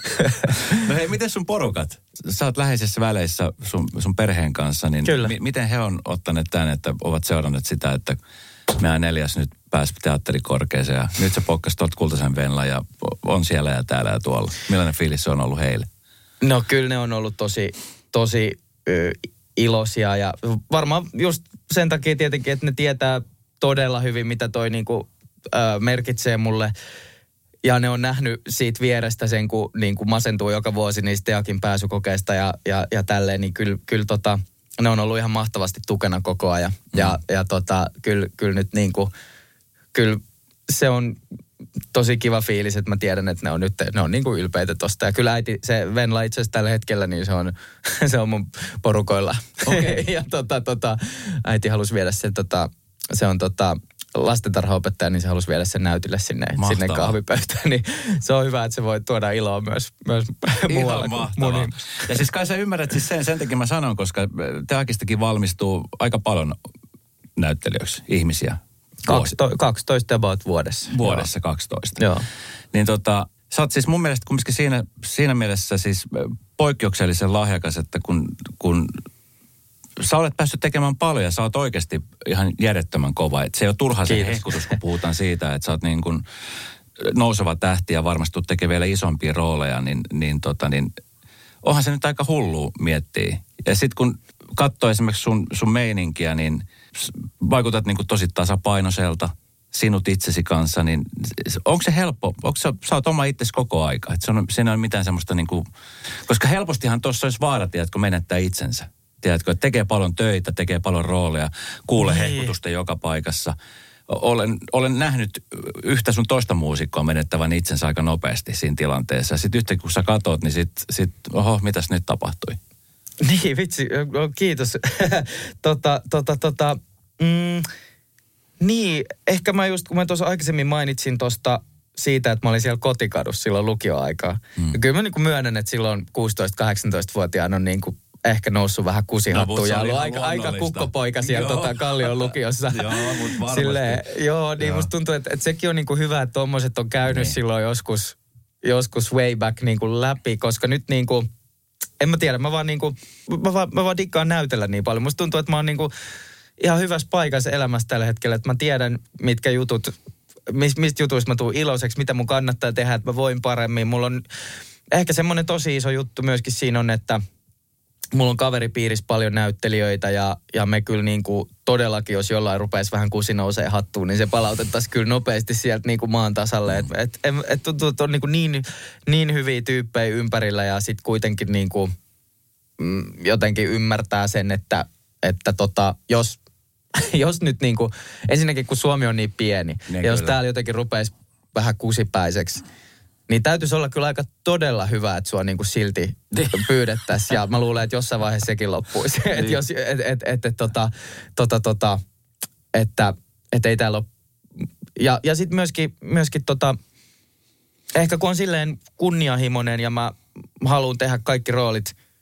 No hei, miten sun porukat? Sä oot läheisissä väleissä sun, sun perheen kanssa, niin mi- miten he on ottaneet tämän, että ovat seuranneet sitä, että meidän neljäs nyt pääsi teatterikorkeeseen ja nyt se pokkasi tuolta Kultaisen Venla ja on siellä ja täällä ja tuolla. Millainen fiilis se on ollut heille? No kyllä ne on ollut tosi, tosi ö, iloisia ja varmaan just sen takia tietenkin, että ne tietää todella hyvin, mitä toi niinku, ö, merkitsee mulle. Ja ne on nähnyt siitä vierestä sen, kun niinku masentuu joka vuosi niistä Teakin pääsykokeista ja, ja, ja tälleen, niin kyllä, kyllä tota, ne on ollut ihan mahtavasti tukena koko ajan. Mm. Ja, ja tota, kyllä, kyllä nyt niinku, kyllä se on tosi kiva fiilis, että mä tiedän, että ne on nyt, ne on niinku ylpeitä tosta. Ja kyllä äiti, se Venla itse asiassa tällä hetkellä, niin se on, se on mun porukoilla. Okay. Ja tota, tota, äiti halusi viedä sen, tota, se on tota, lastentarhaopettaja, niin se halusi viedä sen näytille sinne, sinne kahvipöytään. Niin se on hyvä, että se voi tuoda iloa myös, myös muualla kuin mun. Ja siis kai sä ymmärrät siis sen, sen takia mä sanon, koska Teakistakin valmistuu aika paljon näyttelijöiksi ihmisiä. kaksitoista about vuodessa. Vuodessa joo. kaksitoista. Joo. Niin tota, sä oot siis mun mielestä kumminkin siinä, siinä mielessä siis poikkeuksellisen lahjakas, että kun, kun sä olet päässyt tekemään paljon ja sä oot oikeasti ihan järjettömän kova. Et se ei ole turha se hehkutus, kun puhutaan siitä, että sä oot niin kuin nouseva tähti ja varmasti tekee vielä isompia rooleja, niin, niin, tota, niin onhan se nyt aika hullu miettiä. Ja sitten kun katsoo esimerkiksi sun, sun meininkiä, niin vaikutat niin kuin tosi tasapainoiselta sinut itsesi kanssa, niin onko se helppo? Onko sä, sä oot oma itsesi koko aika? Että siinä ei ole mitään semmoista niin kuin, koska helpostihan tuossa olisi vaara, tiedätkö, menettää itsensä. Tiedätkö, että tekee paljon töitä, tekee paljon rooleja, kuulee niin hehkutusta joka paikassa. Olen, olen nähnyt yhtä sun toista muusikkoa menettävän itsensä aika nopeasti siinä tilanteessa. Sitten yhtä kun sä katot, niin sitten, sit, oho, mitäs nyt tapahtui? Niin, vitsi, kiitos. tota, tota, tota, mm, niin, ehkä mä just, kun mä tuossa aikaisemmin mainitsin tuosta siitä, että mä olin siellä kotikadussa silloin lukioaikaa. Mm. Ja kyllä mä niin kuin myönnän, että silloin kuusitoista-kahdeksantoista-vuotiaana on niin kuin ehkä noussut vähän kusihattuun no, ja ollut aika, aika kukkopoika siellä tota Kallion lukiossa. Joo, mutta varmasti. Silleen, joo, niin joo. Musta tuntuu, että, että sekin on niinku hyvä, että tommoset on käynyt niin silloin joskus, joskus way back niinku läpi, koska nyt niinku, en mä tiedä, mä vaan niinku, mä vaan, mä vaan dikkaan näytellä niin paljon. Musta tuntuu, että mä oon niinku ihan hyvässä paikassa elämässä tällä hetkellä, että mä tiedän, mitkä jutut, mis, mistä jutuista mä tuun iloiseksi, mitä mun kannattaa tehdä, että mä voin paremmin. Mulla on ehkä semmoinen tosi iso juttu myöskin siinä on, että mulla on kaveripiirissä paljon näyttelijöitä ja, ja me kyllä niin kuin todellakin, jos jollain rupeaisi vähän kusi nousee hattuun, niin se palautettaisiin kyllä nopeasti sieltä niin kuin maan tasalle. Että et, et, et tuntuu, että on niin, niin, niin hyviä tyyppejä ympärillä ja sitten kuitenkin niin kuin, mm, jotenkin ymmärtää sen, että, että tota, jos, jos nyt niin kuin, ensinnäkin kun Suomi on niin pieni ne ja kyllä. Jos täällä jotenkin rupeisi vähän kusipäiseksi, niin täytyisi olla kyllä aika todella hyvä, että sua niinku silti pyydettäisiin. Ja mä luulen, että jossain vaiheessa sekin loppuisi. että jos, et, et, et, et, tota, tota, tota, että et ei täällä ole. Ja, ja sitten myöskin, myöskin tota, ehkä kun on silleen kunnianhimoinen ja mä haluan tehdä kaikki roolit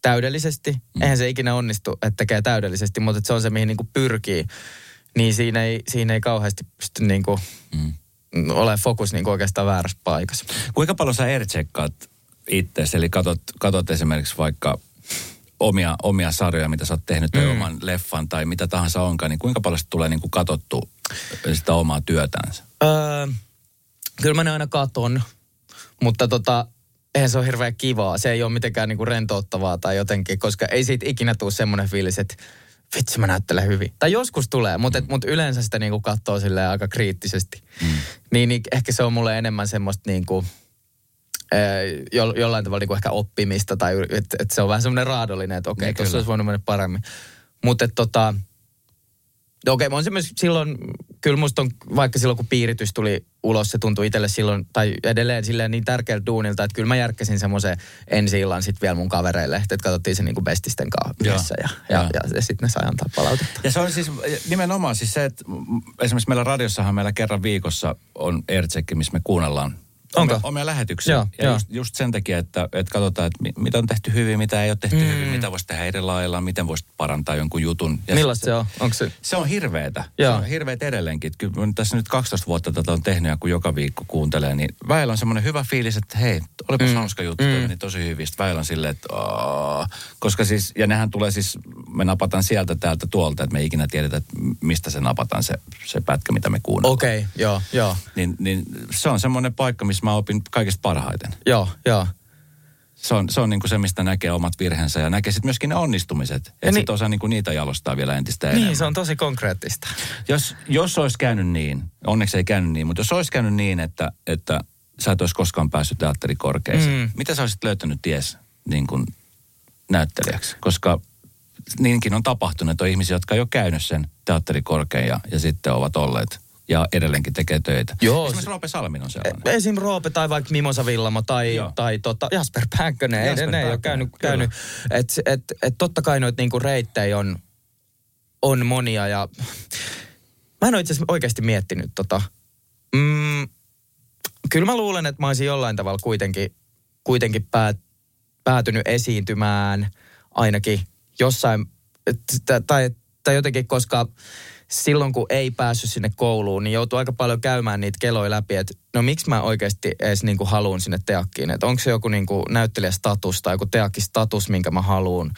täydellisesti. Mm. Eihän se ikinä onnistu, että tekee täydellisesti, mutta että se on se, mihin niin kuin pyrkii. Niin siinä ei, siinä ei kauheasti pysty niin kuin mm. ole fokus niin kuin oikeastaan väärässä paikassa. Kuinka paljon sä aircheckkaat itseäsi? Eli katot, katot esimerkiksi vaikka omia, omia sarjoja, mitä sä oot tehnyt, tai mm. oman leffan tai mitä tahansa onkaan, niin kuinka paljon tulee niin kuin katsottu sitä omaa työtänsä? Öö, kyllä mä ne aina katon, mutta tota, eihän se ole hirveän kivaa. Se ei ole mitenkään niin kuin rentouttavaa tai jotenkin, koska ei siitä ikinä tule semmoinen fiilis, että vitsi mä näyttelen hyvin. Tai joskus tulee, mutta, mm. mutta yleensä sitä niin kuin katsoo silleen aika kriittisesti. Mm. Niin, niin ehkä se on mulle enemmän semmoista niin kuin Jo, jollain tavalla niin ehkä oppimista tai että et se on vähän semmoinen raadollinen, että okei, okay, tuossa olisi voinut mennä paremmin. Mutta tota, okei, okay, on se myös silloin, kyllä musta on, vaikka silloin kun Piiritys tuli ulos, se tuntui itselle silloin, tai edelleen silleen niin tärkeältä duunilta, että kyllä mä järkkäsin semmoisen ensi-illan sitten vielä mun kavereille, että katsottiin se niin kuin bestisten kanssa ja, ja, ja, ja, ja sitten ne sai antaa palautetta. Ja se on siis nimenomaan siis se, että esimerkiksi meillä radiossahan meillä kerran viikossa on aircheck, missä me kuunnellaan Onko? Omia lähetyksiä. Joo, ja just, just sen takia, että, että katsotaan, että mitä on tehty hyvin, mitä ei ole tehty mm. hyvin, mitä voisi tehdä eri lailla, miten voisi parantaa jonkun jutun. Ja millaista se on? Onko se? Se on hirveetä. Joo. Se on hirveetä edelleenkin. Kyllä tässä nyt kaksitoista vuotta tätä on tehnyt ja kun joka viikko kuuntelee, niin väillä on semmoinen hyvä fiilis, että hei, olipas mm. hauska juttu, mm. meni tosi hyvin. Sitten väillä on silleen, että aah. Koska siis, ja nehän tulee siis, me napataan sieltä, täältä, tuolta, että me ei ikinä tiedetä, että mistä se napataan se, se pätkä, mitä me kuunnellaan. Okei, okay, joo, joo. Niin, niin se on semmoinen paikka, missä mä opin kaikista parhaiten. Joo, joo. Se on, se on niin kuin se, mistä näkee omat virheensä ja näkee sitten myöskin ne onnistumiset. Että niin, sitten osaa niin kuin niitä jalostaa vielä entistä niin, enemmän. Niin, se on tosi konkreettista. Jos, jos olisi käynyt niin, onneksi ei käynyt niin, mutta jos olisi käynyt niin, että, että sä et olisi koskaan päässyt teatterikorkeisiin, mm. mitä sä olisit löytänyt ties niin kuin näyttelijäksi? Koska niinkin on tapahtunut, että on ihmisiä, jotka ei ole käynyt sen teatterikorkein ja, ja sitten ovat olleet ja edelleenkin tekee töitä. Joo. Esimerkiksi Roope Salminen on sellainen. Esim. Roope tai vaikka Mimosa Villamo tai, tai tota, Jasper Pääkkönen. Jasper ei, ne ei ole käynyt. käynyt. Että et, et totta kai noita niinku reittejä on, on monia ja mä en ole itse asiassa oikeasti miettinyt tota. Mm, kyllä mä luulen, että mä olisin jollain tavalla kuitenkin, kuitenkin päät, päätynyt esiintymään ainakin jossain, tai, tai, tai jotenkin, koska silloin kun ei päässyt sinne kouluun, niin joutuu aika paljon käymään niitä keloja läpi, että no miksi mä oikeasti edes niin kuin haluun sinne teakkiin, että onko se joku niin kuin näyttelijästatus tai joku teakkistatus, minkä mä haluun.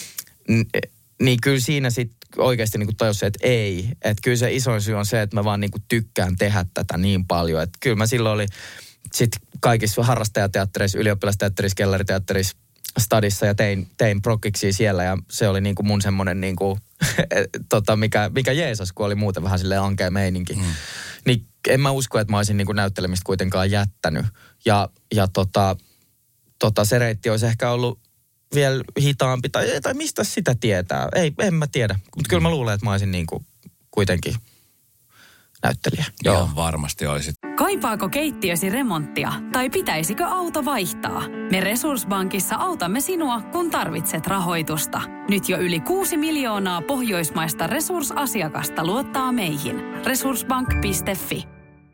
N- niin kyllä siinä sitten oikeasti niin kuin tajus, että ei. Että kyllä se isoin syy on se, että mä vaan niin kuin tykkään tehdä tätä niin paljon. Että kyllä mä silloin oli sitten kaikissa harrastajateattereissa, ylioppilasteatterissa, kellariteatterissa, stadissa ja tein, tein prokkiksi siellä ja se oli niin kuin mun semmoinen niin kuin, tota, mikä, mikä Jeesus, kun oli muuten vähän silleen ankea meininki. Mm. Niin en mä usko, että mä olisin niin kuin näyttelemistä kuitenkaan jättänyt. Ja, ja tota, tota, se reitti olisi ehkä ollut vielä hitaampi tai, tai mistä sitä tietää. Ei, en mä tiedä. Mutta kyllä mä luulen, että mä olisin niin kuin kuitenkin näyttelijä. Joo, Joo, varmasti olisit. Kaipaako keittiösi remonttia tai pitäisikö auto vaihtaa? Me Resurssbankissa autamme sinua, kun tarvitset rahoitusta. Nyt jo yli kuusi miljoonaa pohjoismaista resursasiakasta luottaa meihin. Resurssbank piste fi.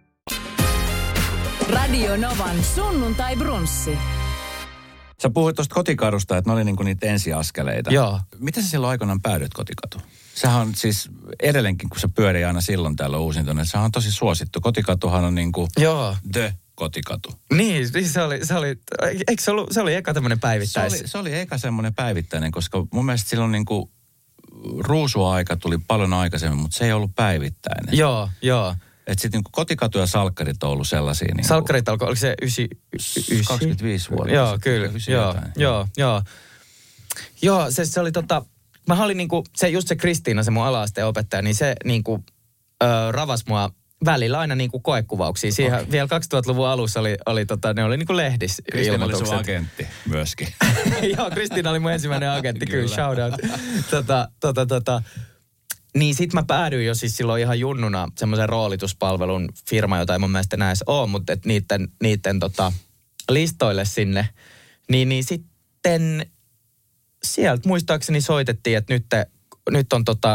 Radio Novan sunnuntai brunssi. Sä puhuit tuosta kotikadusta, että ne oli niinku niitä ensiaskeleita. Joo. Miten sä silloin aikanaan päädyit kotikatuun? Sehän on siis edelleenkin, kun se pyörii aina silloin täällä uusintoinen, sehän on tosi suosittu. Kotikatuhan on niinku Joo. the kotikatu. Niin, se oli, se oli, eikö se ollut, se oli eka tämmöinen päivittäis? Se oli, se oli eka semmoinen päivittäinen, koska mun mielestä silloin niinku ruusuaika tuli paljon aikaisemmin, mutta se ei ollut päivittäinen. Joo, joo. Että sitten niinku kotikatu ja salkkarit on ollut sellaisia. Niinku, salkkarit alkoi, oliko se ysi, ysi? kaksikymmentäviisi vuotta. Joo, kyllä. Joo, joo, joo. Joo, se, se oli tota, mä olin niinku, se just se Kristiina, se mun ala-asteen opettaja, niin se niinku ö, ravasi mua välillä aina niinku koekuvauksia. Siihen okay. Vielä kaksituhattaluvun alussa oli, oli tota, ne oli niinku lehdissä Kristiina oli sun agentti myöskin. Joo, Kristiina oli mun ensimmäinen agentti, kyllä, kyllä shout out. tota, tota, tota. Niin sit mä päädyin jo siis silloin ihan junnuna semmoisen roolituspalvelun firma, jota ei mun mielestä enää edes ole, mutta et niitten, niitten tota, listoille sinne. Niin, niin sitten sieltä muistaakseni soitettiin, että nyt, te, nyt on tota,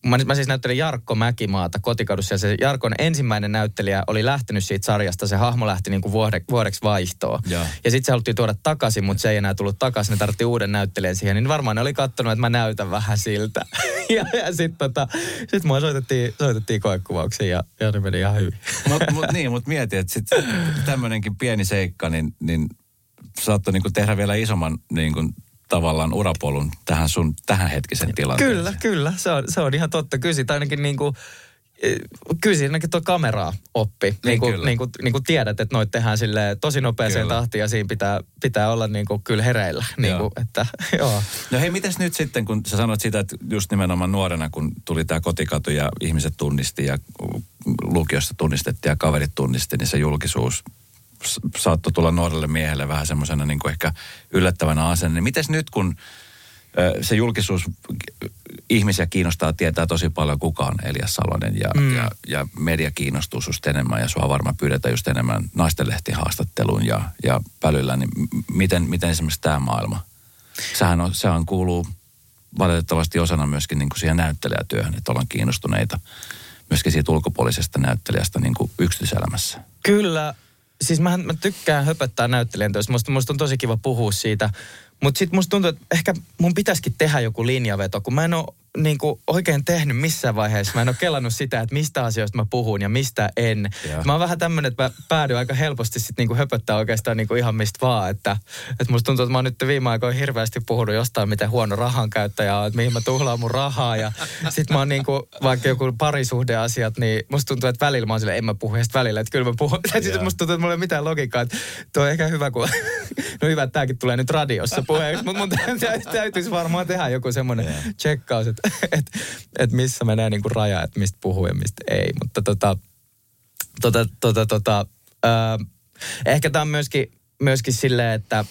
mä, mä siis näyttelin Jarkko Mäkimaata Kotikadussa, ja se Jarkon ensimmäinen näyttelijä oli lähtenyt siitä sarjasta, se hahmo lähti niin kuin vuode, vuodeksi vaihtoon. Ja, ja sitten se haluttiin tuoda takaisin, mutta se ei enää tullut takaisin, ne tarvittiin uuden näyttelijän siihen, niin varmaan ne oli kattonut, että mä näytän vähän siltä. ja ja sitten tota, sit mua soitettiin, soitettiin koekuvauksiin, ja, ja ne meni ihan hyvin. Mutta mut, niin, mutta mieti, että sitten tämmöinenkin pieni seikka, niin, niin saattoi niin kuin tehdä vielä isomman niin kuin tavallaan urapolun tähän sun tähän hetkisen tilanteeseen. Kyllä, kyllä. Se on, se on ihan totta. Kyllä siitä ainakin niin kuin, kyllä siinä ainakin tuo kameraa oppi. Niin, niin, kuin, niin, kuin, niin kuin tiedät, että noit tehdään silleen tosi nopeaseen kyllä. tahtiin ja siinä pitää, pitää olla niin kuin kyllä hereillä. Niin kuin, että, joo. No hei, mites nyt sitten, kun sä sanoit sitä, että just nimenomaan nuorena, kun tuli tämä kotikatu ja ihmiset tunnisti ja lukiossa tunnistettiin ja kaverit tunnisti, niin se julkisuus saattoi tulla nuorelle miehelle vähän semmoisena niin kuin ehkä yllättävänä asenne. Niin mites nyt, kun se julkisuus ihmisiä kiinnostaa, tietää tosi paljon kuka on Elias Salonen ja, mm. ja, ja media kiinnostuu susta enemmän ja sua varmaan pyydetään just enemmän naistenlehtihaastatteluun ja, ja pälyllä, niin miten, miten esimerkiksi tämä maailma? Sehän on, sehän kuuluu valitettavasti osana myöskin niin kuin siihen näyttelijätyöhön, että ollaan kiinnostuneita myöskin siitä ulkopuolisesta näyttelijästä niin kuin yksityiselämässä. Kyllä. Siis mä, mä tykkään höpöttää näyttelijän töistä. Musta, musta on tosi kiva puhua siitä. Mutta sitten musta tuntuu, että ehkä mun pitäisikin tehdä joku linjaveto, kun mä en ole niinku oikein tehnyt missään vaiheessa. Mä en ole kelannut sitä, että mistä asioista mä puhun ja mistä en. Ja. Mä oon vähän tämmönen, että mä päädyin aika helposti sitten niinku höpöttää oikeastaan niinku ihan mistä vaan. Että, että musta tuntuu, että mä oon nyt viime aikoina hirveästi puhunut jostain, miten huono rahankäyttäjä on, että mihin mä tuhlaan mun rahaa. Ja sit mä oon niinku, vaikka joku parisuhdeasiat, niin musta tuntuu, että välillä mä oon silleen, en mä puhu, ja sit välillä, että kyllä mä puhun. Ja sitten musta tuntuu, että mulla ei ole mitään logiikkaa, että tuo on ehkä hyvä, kun no hyvä, että tääkin tulee nyt radiossa puheeksi, mutta mun täytyisi varmaan tehdä joku semmoinen tsekkaus, että että et missä menee niinku raja, että mistä puhuu ja mistä ei. Mutta tota, tota, tota, tota ää, ehkä tämä on myöskin, myöskin silleen, että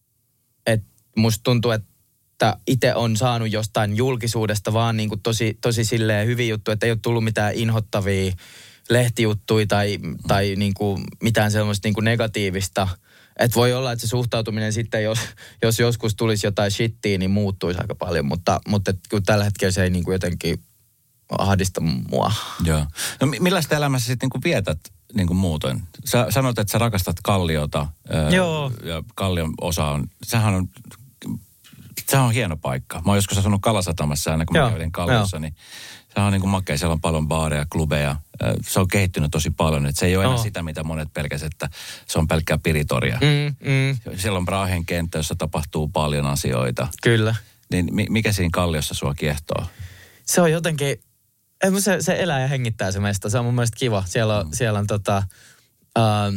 et musta tuntuu, että itse on saanut jostain julkisuudesta vaan niinku tosi, tosi silleen hyvin juttu, että ei ole tullut mitään inhottavia lehtijuttuja tai, tai niinku mitään sellaista niinku negatiivista. Että voi olla, että se suhtautuminen sitten, jos, jos joskus tulisi jotain shittiä, niin muuttuisi aika paljon. Mutta, mutta kyllä tällä hetkellä se ei niin kuin jotenkin ahdista mua. Joo. No millaista elämässä sitten niin kuin vietät niin kuin muutoin? Sä sanot, että sä rakastat Kalliota. Joo. Ja Kallion osa on, sehän on, sehän on hieno paikka. Mä oon joskus asunut Kalasatamassa aina, kun Joo. mä kävin Kalliossa, niin sehän on niin kuin makea. Siellä on paljon baareja, klubeja. Se on kehittynyt tosi paljon. Että se ei ole enää oh. sitä, mitä monet pelkäsivät, että se on pelkkää piritoria. Mm, mm. Siellä on Brahen kenttä, jossa tapahtuu paljon asioita. Kyllä. Niin mikä siinä Kalliossa sua kiehtoo? Se on jotenkin, se, se elää ja hengittää se mesta. Se on mun mielestä kiva. Siellä on, mm. siellä on tota... Ähm,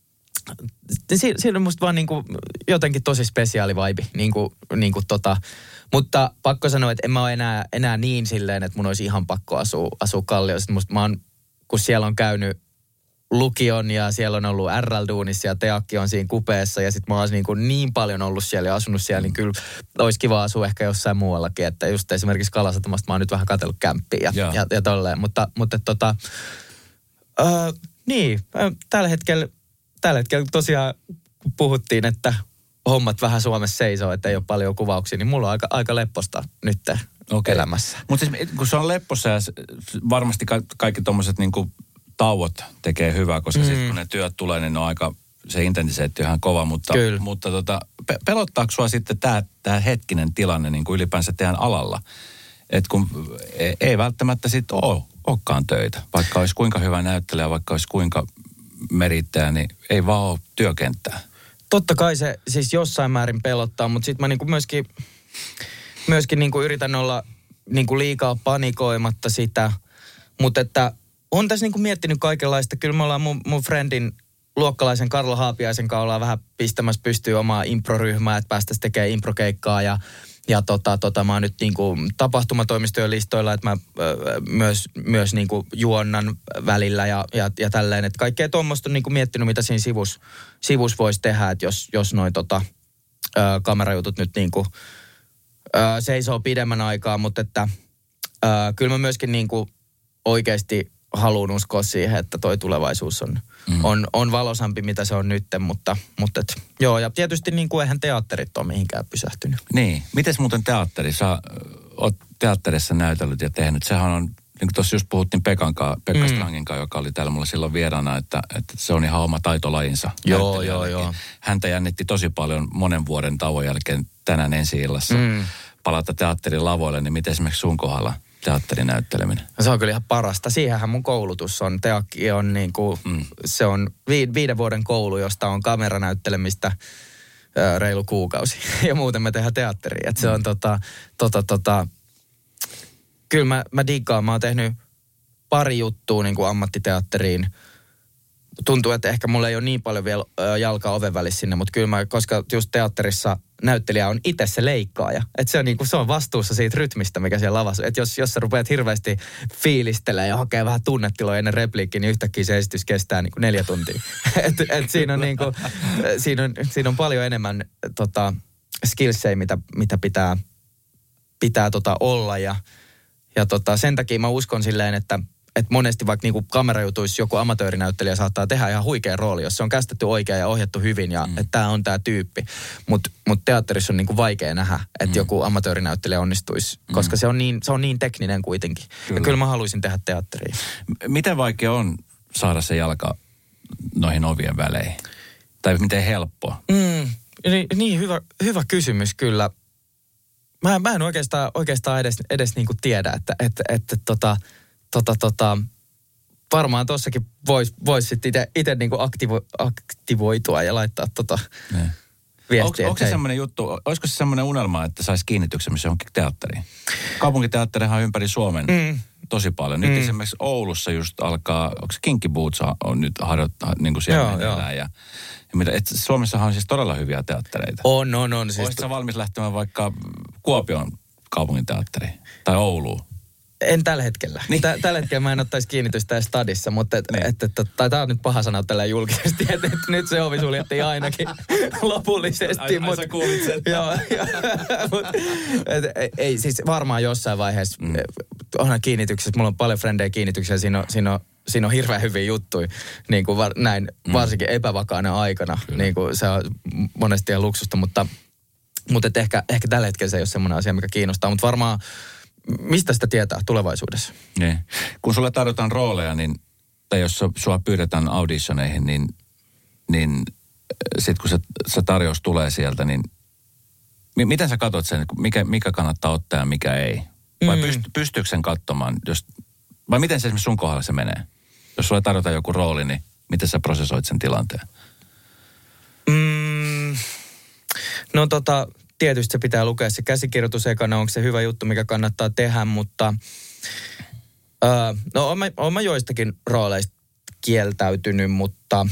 si, siinä on musta vaan niinku jotenkin tosi spesiaali vibe. Niinku, niinku tota... Mutta pakko sanoa, että en mä ole enää, enää niin silleen, että mun olisi ihan pakko asua, asua Kalliossa. Musta mä oon, kun siellä on käynyt lukion ja siellä on ollut R L-duunissa ja Teakki on siinä kupeessa ja sit mä oon niin, kuin niin paljon ollut siellä ja asunut siellä, niin kyllä olisi kiva asua ehkä jossain muuallakin. Että just esimerkiksi Kalasatamasta mä oon nyt vähän katsellut kämppiä ja, ja, ja tolleen. Mutta, mutta tota, äh, niin, tällä hetkellä, tällä hetkellä tosiaan puhuttiin, että hommat vähän Suomessa seisoo, että ei ole paljon kuvauksia, niin mulla on aika, aika lepposta nyt okay. elämässä. Mutta siis kun se on leppossa ja varmasti ka- kaikki tommoset niinku tauot tekee hyvää, koska mm. sitten kun ne työt tulee, niin ne on aika, se intensiteetti on ihan kova, mutta, mutta tota, pe- pelottaako sua sitten tää, tää hetkinen tilanne niin kuin ylipäänsä teidän alalla? Että kun ei, ei välttämättä sitten ole, olekaan töitä, vaikka olisi kuinka hyvä näyttelijä, vaikka olisi kuinka merittäjä, niin ei vaan ole työkenttää. Totta kai se siis jossain määrin pelottaa, mutta sitten mä niinku myöskin, myöskin niinku yritän olla niinku liikaa panikoimatta sitä. Mutta että on tässä niinku miettinyt kaikenlaista. Kyllä me ollaan mun, mun friendin luokkalaisen Karlo Haapiaisen kanssa ollaan vähän pistämässä pystyy omaa improryhmää, että päästäisiin tekemään improkeikkaa ja Ja tota, tota, mä oon nyt niinku tapahtumatoimistojen listoilla, että mä ö, myös, myös niinku juonnan välillä ja, ja, ja tälleen. Että kaikkea tuommoista on niinku miettinyt, mitä siinä sivus, sivus voisi tehdä, että jos, jos noi tota, ö, kamerajutut nyt niinku, ö, seisoo pidemmän aikaa. Mutta että ö, kyllä mä myöskin niinku oikeasti haluan uskoa siihen, että toi tulevaisuus on, mm. on, on valoisampi, mitä se on nyt, mutta, mutta et, joo, ja tietysti niin kuin eihän teatterit ole mihinkään pysähtynyt. Niin, mites muuten teatteri? Sä oot teatterissa näytellyt ja tehnyt. Sehän on, niin kuin tuossa just puhuttiin Pekan kanssa, Pekka mm. Strangin kanssa, joka oli täällä mulla silloin vieraana, että, että se on ihan oma taitolajinsa. Joo, joo, joo. Häntä jännitti tosi paljon monen vuoden tauon jälkeen tänään ensi-illassa mm. palata teatterin lavoille, niin miten esimerkiksi sun kohdalla teatterin näytteleminen? No se on kyllä ihan parasta. Siihenhän mun koulutus on. Teakki on niin kuin, mm. se on vi- viiden vuoden koulu, josta on kameranäyttelemistä ö, reilu kuukausi. Ja muuten me tehdään teatteria. Et se on tota, tota, tota, kyllä mä, mä diggaan. Mä oon tehnyt pari juttua niin kuin ammattiteatteriin. Tuntuu, että ehkä mulla ei ole niin paljon vielä ö, jalkaa oven välissä sinne, mutta kyllä mä, koska just teatterissa näyttelijä on itse se leikkaaja. Että se on, niinku, se on vastuussa siitä rytmistä, mikä siellä lavassa. Että jos, jos sä rupeat hirveästi fiilistelemään ja hakee vähän tunnetiloja ennen repliikkiä, niin yhtäkkiä se esitys kestää niinku neljä tuntia. et, et siinä, on niinku, siinä, on, siinä on paljon enemmän tota, skillsejä, mitä, mitä pitää, pitää tota, olla. Ja, ja tota, sen takia mä uskon silleen, että että monesti vaikka niinku kamerajutuissa joku amatöörinäyttelijä saattaa tehdä ihan huikea rooli, jos se on kästetty oikein ja ohjattu hyvin ja mm. että tämä on tämä tyyppi. Mutta mut teatterissa on niinku vaikea nähdä, että mm. joku amatöörinäyttelijä onnistuisi, mm. koska se on, niin, se on niin tekninen kuitenkin. Kyllä. Ja kyllä mä haluaisin tehdä teatteria. Miten vaikea on saada se jalka noihin ovien väleihin? Tai miten helppoa? Mm, niin, niin hyvä, hyvä kysymys kyllä. Mä, mä en oikeastaan, oikeastaan edes, edes niinku tiedä, että, että, että tota... Tota, tota, varmaan tossakin voisi vois sitten itse niinku aktivo, aktivoitua ja laittaa tota viestiä. Onko, onko se semmoinen juttu, olisiko se semmoinen unelma, että saisi kiinnityksen missä johonkin teatteriin? Kaupunkiteatterihan on ympäri Suomen mm. tosi paljon. Nyt mm. esimerkiksi Oulussa just alkaa, onko se Kinky Boots on nyt harjoittaa niin kuin siellä meneillään. Ja, ja mitä, et Suomessahan on siis todella hyviä teattereita. On, on, on. Siis olisitko sä valmis lähtemään vaikka Kuopion kaupunginteatteriin tai Ouluun? En tällä hetkellä. Niin. Tä, tällä hetkellä mä en ottaisi kiinnitystä edes stadissa, mutta et, niin. et, et, tai tää on nyt paha sanoa tällä julkisesti, että et, nyt se ovi suljettiin ainakin lopullisesti. Ai, ai sä kuulit sen. Joo, jo, mut, et, ei siis varmaan jossain vaiheessa, mm. onhan kiinnityksessä, mulla on paljon frendejä kiinnityksiä, siinä on, siinä on, siinä on hirveän hyviä juttuja, niin kuin var, näin mm. varsinkin epävakaana aikana, kyllä. Niin kuin se on monesti ihan luksusta, mutta, mutta et ehkä, ehkä tällä hetkellä se ei ole semmoinen asia, mikä kiinnostaa, mutta varmaan mistä sitä tietää tulevaisuudessa? Niin. Kun sulle tarjotaan rooleja, niin, tai jos sua pyydetään auditioneihin, niin, niin sitten kun se, se tarjous tulee sieltä, niin mi, miten sä katsot sen, mikä, mikä kannattaa ottaa ja mikä ei? Vai mm. pyst, pystyykö sen katsomaan? Jos, vai miten se esimerkiksi sun kohdalla se menee? Jos sulle tarjotaan joku rooli, niin miten sä prosessoit sen tilanteen? Mm, no tota... Tietysti se pitää lukea se käsikirjoitus ekana, onko se hyvä juttu, mikä kannattaa tehdä, mutta öö, no olen mä, olen mä joistakin rooleista kieltäytynyt, mutta,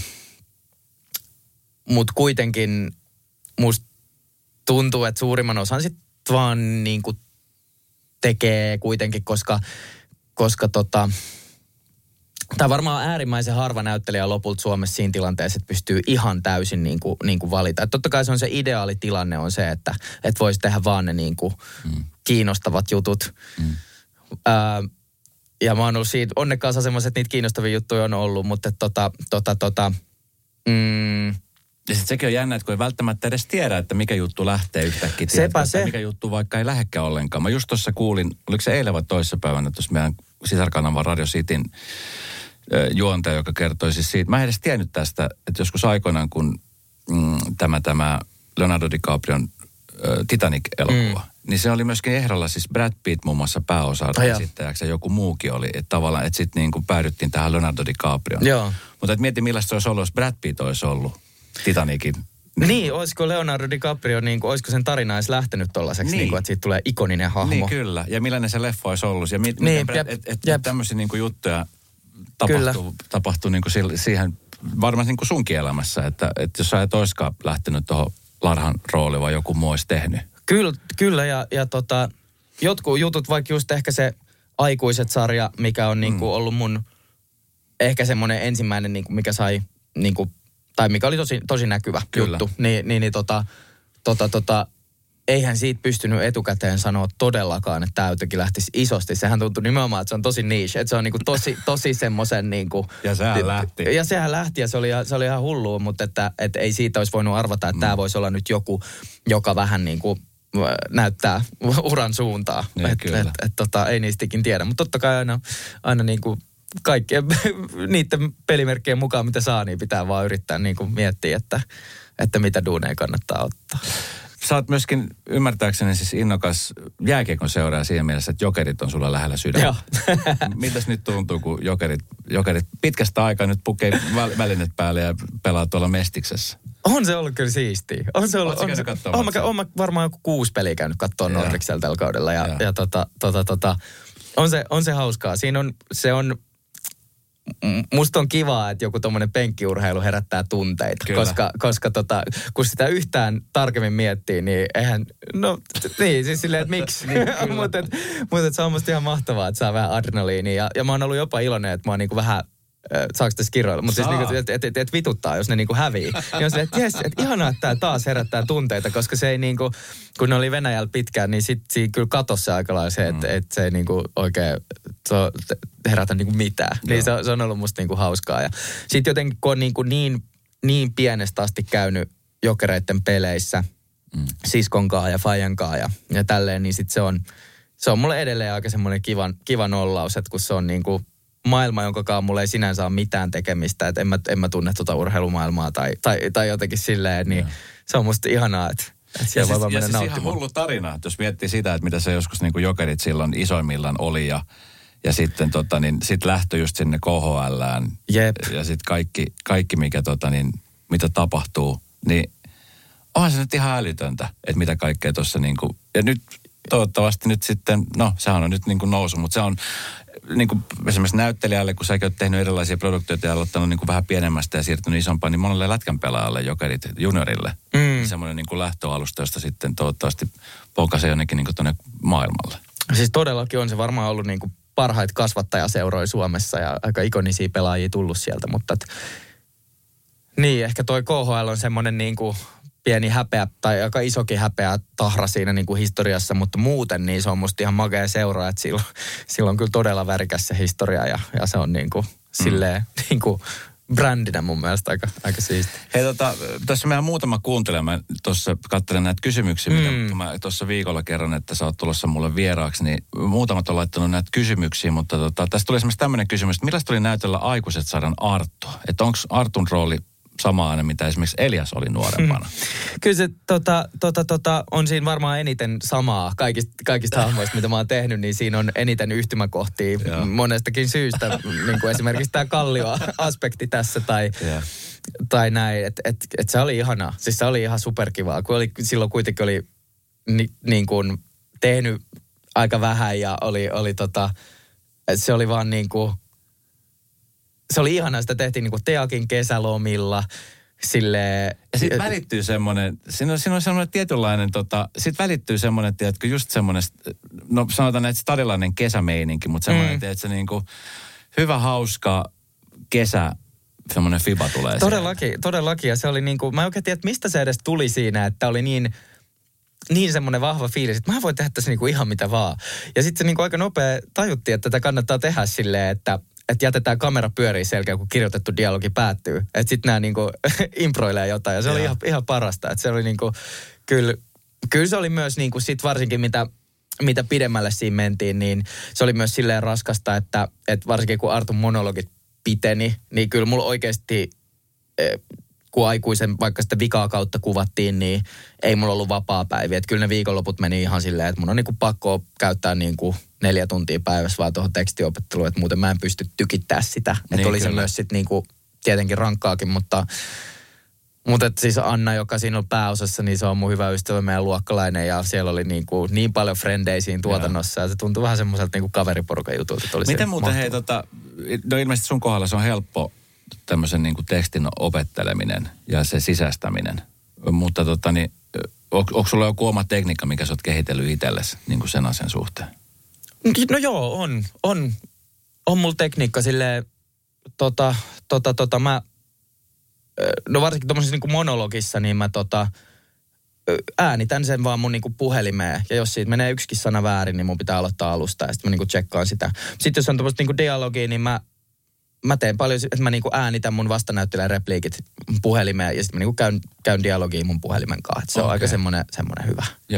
mutta kuitenkin musta tuntuu, että suurimman osan sitten vaan niin kuin tekee kuitenkin, koska, koska tota... Tämä varmaan äärimmäisen harva näyttelijä lopulta Suomessa siinä tilanteessa, että pystyy ihan täysin niin kuin, niin kuin valita. Et totta kai se on se ideaali tilanne on se, että et voisi tehdä vaan ne niin kuin mm. kiinnostavat jutut. Mm. Ää, ja mä oon ollut siitä onnekkaassa semmoiset, että niitä kiinnostavia juttuja on ollut, mutta tota, tota, tota, mm, ja sitten sekin on jännä, että kun ei välttämättä edes tiedä, että mikä juttu lähtee yhtäkkiä. Sepä se. Mikä juttu vaikka ei lähekkään ollenkaan. Mä just tuossa kuulin, oliko se eilen vai toissapäivänä tuossa meidän sisarkanavan Radio Cityn juontaja, joka kertoi siis siitä. Mä en edes tiennyt tästä, että joskus aikoinaan, kun mm, tämä, tämä Leonardo DiCaprion äh, Titanic-elokuva, mm. niin se oli myöskin ehdolla siis Brad Pitt muun muassa pääosalla esittäjäksi ja joku muukin oli. Että tavallaan, että sitten niin kuin päädyttiin tähän Leonardo DiCaprioon. Joo. Mutta et mieti, millaista se olisi ollut, jos Brad Pitt olisi ollut Titanicin. Niin, olisiko Leonardo DiCaprio, niin kuin, olisiko sen tarina edes lähtenyt tollaiseksi, niin. Niin kuin, että siitä tulee ikoninen hahmo. Niin, kyllä. Ja millainen se leffa olisi ollut. Ja mi- niin, miten, että et, et tämmöisiä niin kuin juttuja tapahtuu, tapahtuu niin kuin siihen, varmaan niin kuin sunkin elämässä, että, että jos sä et olisikaan lähtenyt tuohon Larhan rooliin, vai joku muu olisi tehnyt. Kyllä, kyllä ja, ja tota, jotkut jutut, vaikka just ehkä se Aikuiset-sarja, mikä on niin kuin mm. ollut mun ehkä semmoinen ensimmäinen, niin kuin mikä sai, niin kuin, tai mikä oli tosi, tosi näkyvä kyllä. juttu, niin, niin, niin tota, tota, tota, eihän siitä pystynyt etukäteen sanoa todellakaan, että tämä jotenkin lähtisi isosti. Sehän tuntui nimenomaan, että se on tosi niche, että se on niinku tosi, tosi semmoisen niinku... Ja sehän lähti. Ja sehän lähti ja se oli, se oli ihan hullua, mutta että, että ei siitä olisi voinut arvata, että mm. tämä voisi olla nyt joku, joka vähän niinku näyttää uran suuntaa. Niin, että et, et, tota, ei niistäkin tiedä. Mutta totta kai aina, aina niin kuin kaikkien niiden pelimerkkien mukaan, mitä saa, niin pitää vaan yrittää niin kuin miettiä, että, että mitä duuneja kannattaa ottaa. Sä oot myöskin ymmärtääkseni siis innokas jääkiekon seuraaja siinä mielessä, että Jokerit on sulla lähellä sydäntä. Joo. Mitäs nyt tuntuu, kun Jokerit, jokerit pitkästä aikaa nyt pukee väl- välineet päälle ja pelaa tuolla Mestiksessä? On se ollut kyllä siistiä. On se ollut, Ootko on se, katsoa on, mä, on mä varmaan joku kuusi peliä käynyt katsoa Nordicsella tällä kaudella. Ja, ja. ja tota, tota, tota, on, se, on se hauskaa. Siinä on, se on, musta on kivaa, että joku tommonen penkkiurheilu herättää tunteita. Kyllä. Koska, koska tota, kun sitä yhtään tarkemmin miettii, niin eihän, no niin, siis silleen, että miksi. niin, mutta mut, se on musta ihan mahtavaa, että saa vähän adrenaliinia. Ja, ja mä oon ollut jopa iloinen, että mä oon niinku vähän, saako tässä kirjoilla? Mutta siis niinku, että et, et, et vituttaa, jos ne niinku hävii. Niin on silleen, että jes, että ihanaa, että tää taas herättää tunteita, koska se ei niinku, kun ne oli Venäjällä pitkään, niin sit siinä kyllä katosi se aika lailla se, että mm. et se ei niinku oikein so, herätä niinku mitään. Joo. Niin se, se on ollut musta niinku hauskaa. Ja sit jotenkin, kun on niinku niin, niin pienestä asti käynyt Jokereiden peleissä, mm. siskonkaan ja fajankaan ja, ja tälleen, niin sit se on, se on mulle edelleen aika semmoinen kivan, kivan ollaus, että kun se on niinku maailma, jonkakaan mulla ei sinänsä ole mitään tekemistä, että en mä, en mä tunne tuota urheilumaailmaa tai, tai, tai jotenkin silleen, niin ja. Se on musta ihanaa, että, että siellä voi vaan mennä nauttimaan. Ja siis ihan hullu tarina, että jos miettii sitä, että mitä se joskus niin kuin Jokerit silloin isoimmillaan oli ja, ja sitten tota, niin, sit lähtö just sinne K H L:ään Jep. ja sitten kaikki, kaikki mikä, tota, niin, mitä tapahtuu, niin onhan se nyt ihan älytöntä, että mitä kaikkea tuossa niin kuin, ja nyt toivottavasti nyt sitten, no sehän on nyt niin kuin nousu, mutta se on niin kuin esimerkiksi näyttelijälle, kun säkin oot tehnyt erilaisia produktioita ja aloittanut niin kuin vähän pienemmästä ja siirtynyt isompaan, niin monelle lätkän pelaajalle, Jokerit juniorille, mm. semmoinen niin kuin lähtöalusta, josta sitten toivottavasti pokasee jonnekin niin kuin tuonne maailmalle. Siis todellakin on se varmaan ollut niin kuin parhaita kasvattajaseuroja Suomessa ja aika ikonisia pelaajia tullut sieltä, mutta et, niin ehkä toi K H L on semmoinen niin kuin pieni häpeä tai aika isokin häpeä tahra siinä niin kuin historiassa, mutta muuten niin se on musta ihan magea seura, että silloin, silloin on kyllä todella värikäs se historia ja, ja se on niin kuin silleen mm. niin kuin brändinä mun mielestä aika, aika siisti. Hei tota, tässä meidän muutama kuuntelija, mä tuossa katselen näitä kysymyksiä, mm. mitä mä tuossa viikolla kerron, että sä oot tulossa mulle vieraaksi, niin muutamat on laittanut näitä kysymyksiä, mutta tota, tässä tuli esimerkiksi tämmöinen kysymys, että millaista oli näytellä aikuiset saadaan Arttua? Että onko Artun rooli samaa, mitä esimerkiksi Elias oli nuorempana? Hmm. Kyllä se tota, tota, tota, on siinä varmaan eniten samaa kaikista, kaikista hahmoista, mitä mä oon tehnyt, niin siinä on eniten yhtymäkohtia monestakin syystä, niin kuin esimerkiksi tämä Kallio-aspekti tässä tai, tai näin, että et, et se oli ihanaa. Siis se oli ihan superkivaa, kun oli, silloin kuitenkin oli ni, niin kuin tehnyt aika vähän ja oli, oli tota, se oli vaan niin kuin se oli ihanaa, sitä tehtiin niin kuin Teakin kesälomilla, silleen. Ja sitten välittyy semmoinen, siinä on, siinä on semmoinen tietynlainen, tota, sitten välittyy semmoinen, tiedätkö, just semmoinen, no sanotaan, että stadilainen kesämeininki, mutta semmoinen, mm. tiedätkö, niin kuin hyvä, hauska kesä, semmoinen fiba tulee. Todellakin, sieltä. todellakin, ja se oli niin kuin, mä en oikein tiedä, että mistä se edes tuli siinä, että oli niin, niin semmoinen vahva fiilis, että mä voin tehdä tässä niin kuin ihan mitä vaan. Ja sitten se niin kuin aika nopea tajuttiin, että tätä kannattaa tehdä silleen, että että jätetään kamera pyöriä selkeä, kun kirjoitettu dialogi päättyy. Että sitten nämä niinku improilee jotain. Ja se ja. oli ihan, ihan parasta. Että se oli niinku, kyllä, kyllä se oli myös niinku sit varsinkin mitä, mitä pidemmälle siinä mentiin, niin se oli myös silleen raskasta, että, että varsinkin kun Artun monologit piteni, niin kyllä mulla oikeasti, kun aikuisen vaikka sitä vikaa kautta kuvattiin, niin ei mulla ollut vapaa-päiviä. Että kyllä ne viikonloput meni ihan silleen, että mun on niinku pakko käyttää niinku neljä tuntia päivässä vaan tuohon tekstiopetteluun, että muuten mä en pysty tykittämään sitä. Niin, että oli se myös sitten niinku tietenkin rankkaakin, mutta, mutta et siis Anna, joka siinä on pääosassa, niin se on mun hyvä ystävä, meidän luokkalainen, ja siellä oli niinku niin paljon frendejä siinä tuotannossa, ja se tuntui vähän semmoiselta niinku kaveriporukan jutulta. Miten muuten, mahtava. Hei tota, no ilmeisesti sun kohdalla se on helppo tämmöisen niinku tekstin opetteleminen ja se sisäistäminen, mutta tota niin, on, onko sulla joku oma tekniikka, mikä sä oot kehitellyt itsellesi niin kuin sen asian suhteen? No joo, on. On, on mulla tekniikka silleen, tota, tota, tota, mä, no varsinkin tommosessa niinku monologissa, niin mä tota, äänitän sen vaan mun niinku puhelimeen. Ja jos siitä menee yksikin sana väärin, niin mun pitää aloittaa alusta ja sitten mä niinku tsekkaan sitä. Sitten jos on tommoista niinku dialogia, niin mä, mä teen paljon, että mä niinku äänitän mun vastanäyttelijän repliikit puhelimeen ja sitten mä niinku käyn, käyn dialogiin mun puhelimen kanssa. Se okay. on aika semmoinen, semmoinen hyvä. Joo.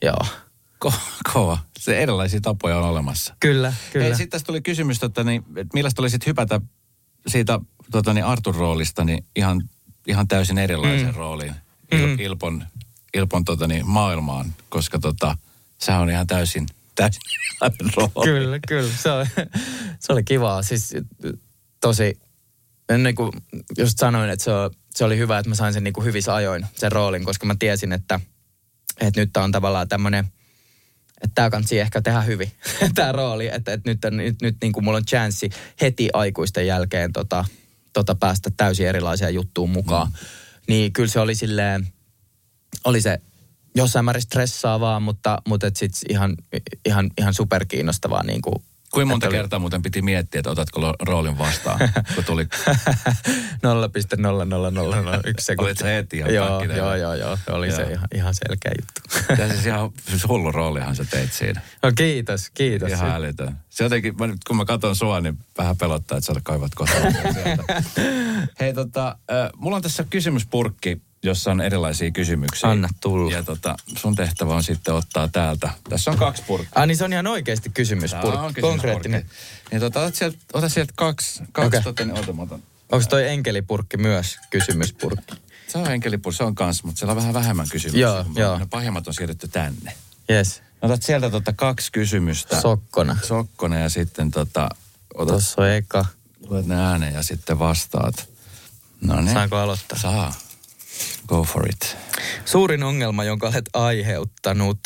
Joo. Ko- kova. Se erilaisia tapoja on olemassa. Kyllä, kyllä. Sitten tässä tuli kysymys, että niin, et millaista oli sitten hypätä siitä tota, niin Artur-roolista niin ihan, ihan täysin erilaisen mm. rooliin. Il, mm. Ilpon, Ilpon tota, niin, maailmaan, koska tota, sehän on ihan täysin, täysin erilainen rooli. Kyllä, kyllä. Se oli, se oli kivaa. Siis tosi, niin kuin just sanoin, että se, se oli hyvä, että mä sain sen niin kuin hyvissä ajoin, sen roolin, koska mä tiesin, että, että nyt on tavallaan tämmöinen, että tämä kannattaa ehkä tehdä hyvin, tämä rooli. Että, että nyt, nyt, nyt niin kuin mulla on chanssi heti aikuisten jälkeen tota, tota päästä täysin erilaisia juttuun mukaan. Mm. Niin kyllä se oli silleen, oli se jossain määrin stressaavaa, mutta, mutta sitten ihan, ihan, ihan superkiinnostavaa niin kuin. Kuinka monta oli... kertaa muuten piti miettiä, että otatko roolin vastaan, kun tuli? nolla pilkku nolla nolla nolla nolla yksi sekunti. Olit sä heti ihan joo, joo, joo, joo. Oli joo. Se ihan, ihan selkeä juttu. Ja siis ihan siis hullu roolihan sä teit siinä. No kiitos, kiitos. Ihan älytön. Se jotenkin, mä nyt, kun mä katson sua, niin vähän pelottaa, että sä kaivat kotiin sieltä. Hei tota, äh, mulla on tässä kysymyspurkki, jossa on erilaisia kysymyksiä. Anna tulla. Ja tota, sun tehtävä on sitten ottaa täältä. Tässä on kaksi purkkia. Ah niin se on ihan oikeasti kysymyspurkki. Tämä on konkreettinen. Niin tota, ota sieltä, ota sieltä kaksi, kaksi okay. tota, niin otan. Onko toi enkelipurkki myös kysymyspurkki? Se on enkelipurkki, se on kans, mutta siellä on vähän vähemmän kysymyksiä. Joo, joo. Ne pahimmat on siirretty tänne. Yes. Otat sieltä tota kaksi kysymystä. Sokkona. Sokkona ja sitten tota... Otat, Tossa on eka. Luet ne ääneen ja sitten vastaat. No niin. Saanko aloittaa? Saa. Go for it. Suurin ongelma, jonka olet aiheuttanut.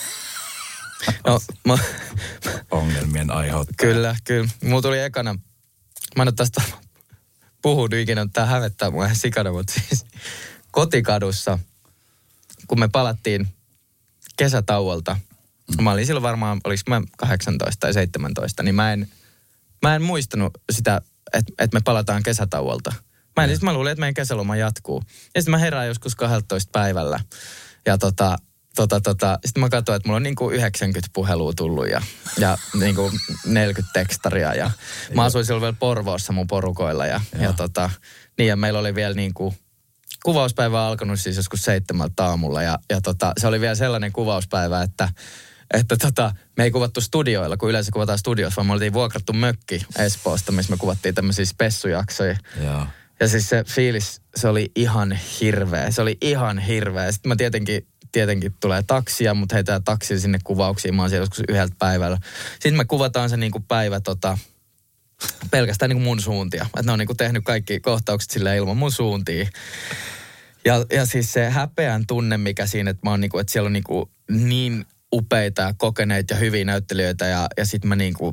No, mä... Ongelmien aiheuttaja. Kyllä, kyllä. Mulla tuli ekana, mä en ole tästä puhunut ikinä, tää hävettää mua ihan sikana, mutta siis kotikadussa, kun me palattiin kesätauolta, mm. mä olin silloin varmaan, oliko mä kahdeksantoista tai seitsemäntoista, niin mä en, mä en muistanut sitä, että, että me palataan kesätauolta. Mä en, mm. mä luulin, että meidän kesäloma jatkuu. Ja sitten mä herään joskus kaksitoista päivällä. Ja tota, tota, tota, sitten mä katsoin, että mulla on niinku yhdeksänkymmentä puhelua tullut ja, ja niinku neljäkymmentä tekstaria. Ja mä asuin silloin vielä Porvoossa mun porukoilla. Ja, ja tota, niin ja meillä oli vielä niinku kuvauspäivä alkanut siis joskus seitsemältä aamulla. Ja, ja tota, se oli vielä sellainen kuvauspäivä, että että tota, me ei kuvattu studioilla, kun yleensä kuvataan studiossa, vaan me oltiin vuokrattu mökki Espoosta, missä me kuvattiin tämmöisiä spessujaksoja. Joo. Ja siis se fiilis, se oli ihan hirveä. Se oli ihan hirveä. Sitten mä tietenkin, tietenkin tulee taksia, mutta heitään taksia sinne kuvauksiin. Mä oon siellä joskus yhdeltä päivällä. Sitten me kuvataan se niinku päivä tota, pelkästään niinku mun suuntia. Että ne on niinku tehnyt kaikki kohtaukset silleen ilman mun suuntia. Ja, ja siis se häpeän tunne, mikä siinä, että mä oon niinku, että siellä on niinku niin upeita ja kokeneita ja hyviä näyttelijöitä. Ja, ja sit mä niinku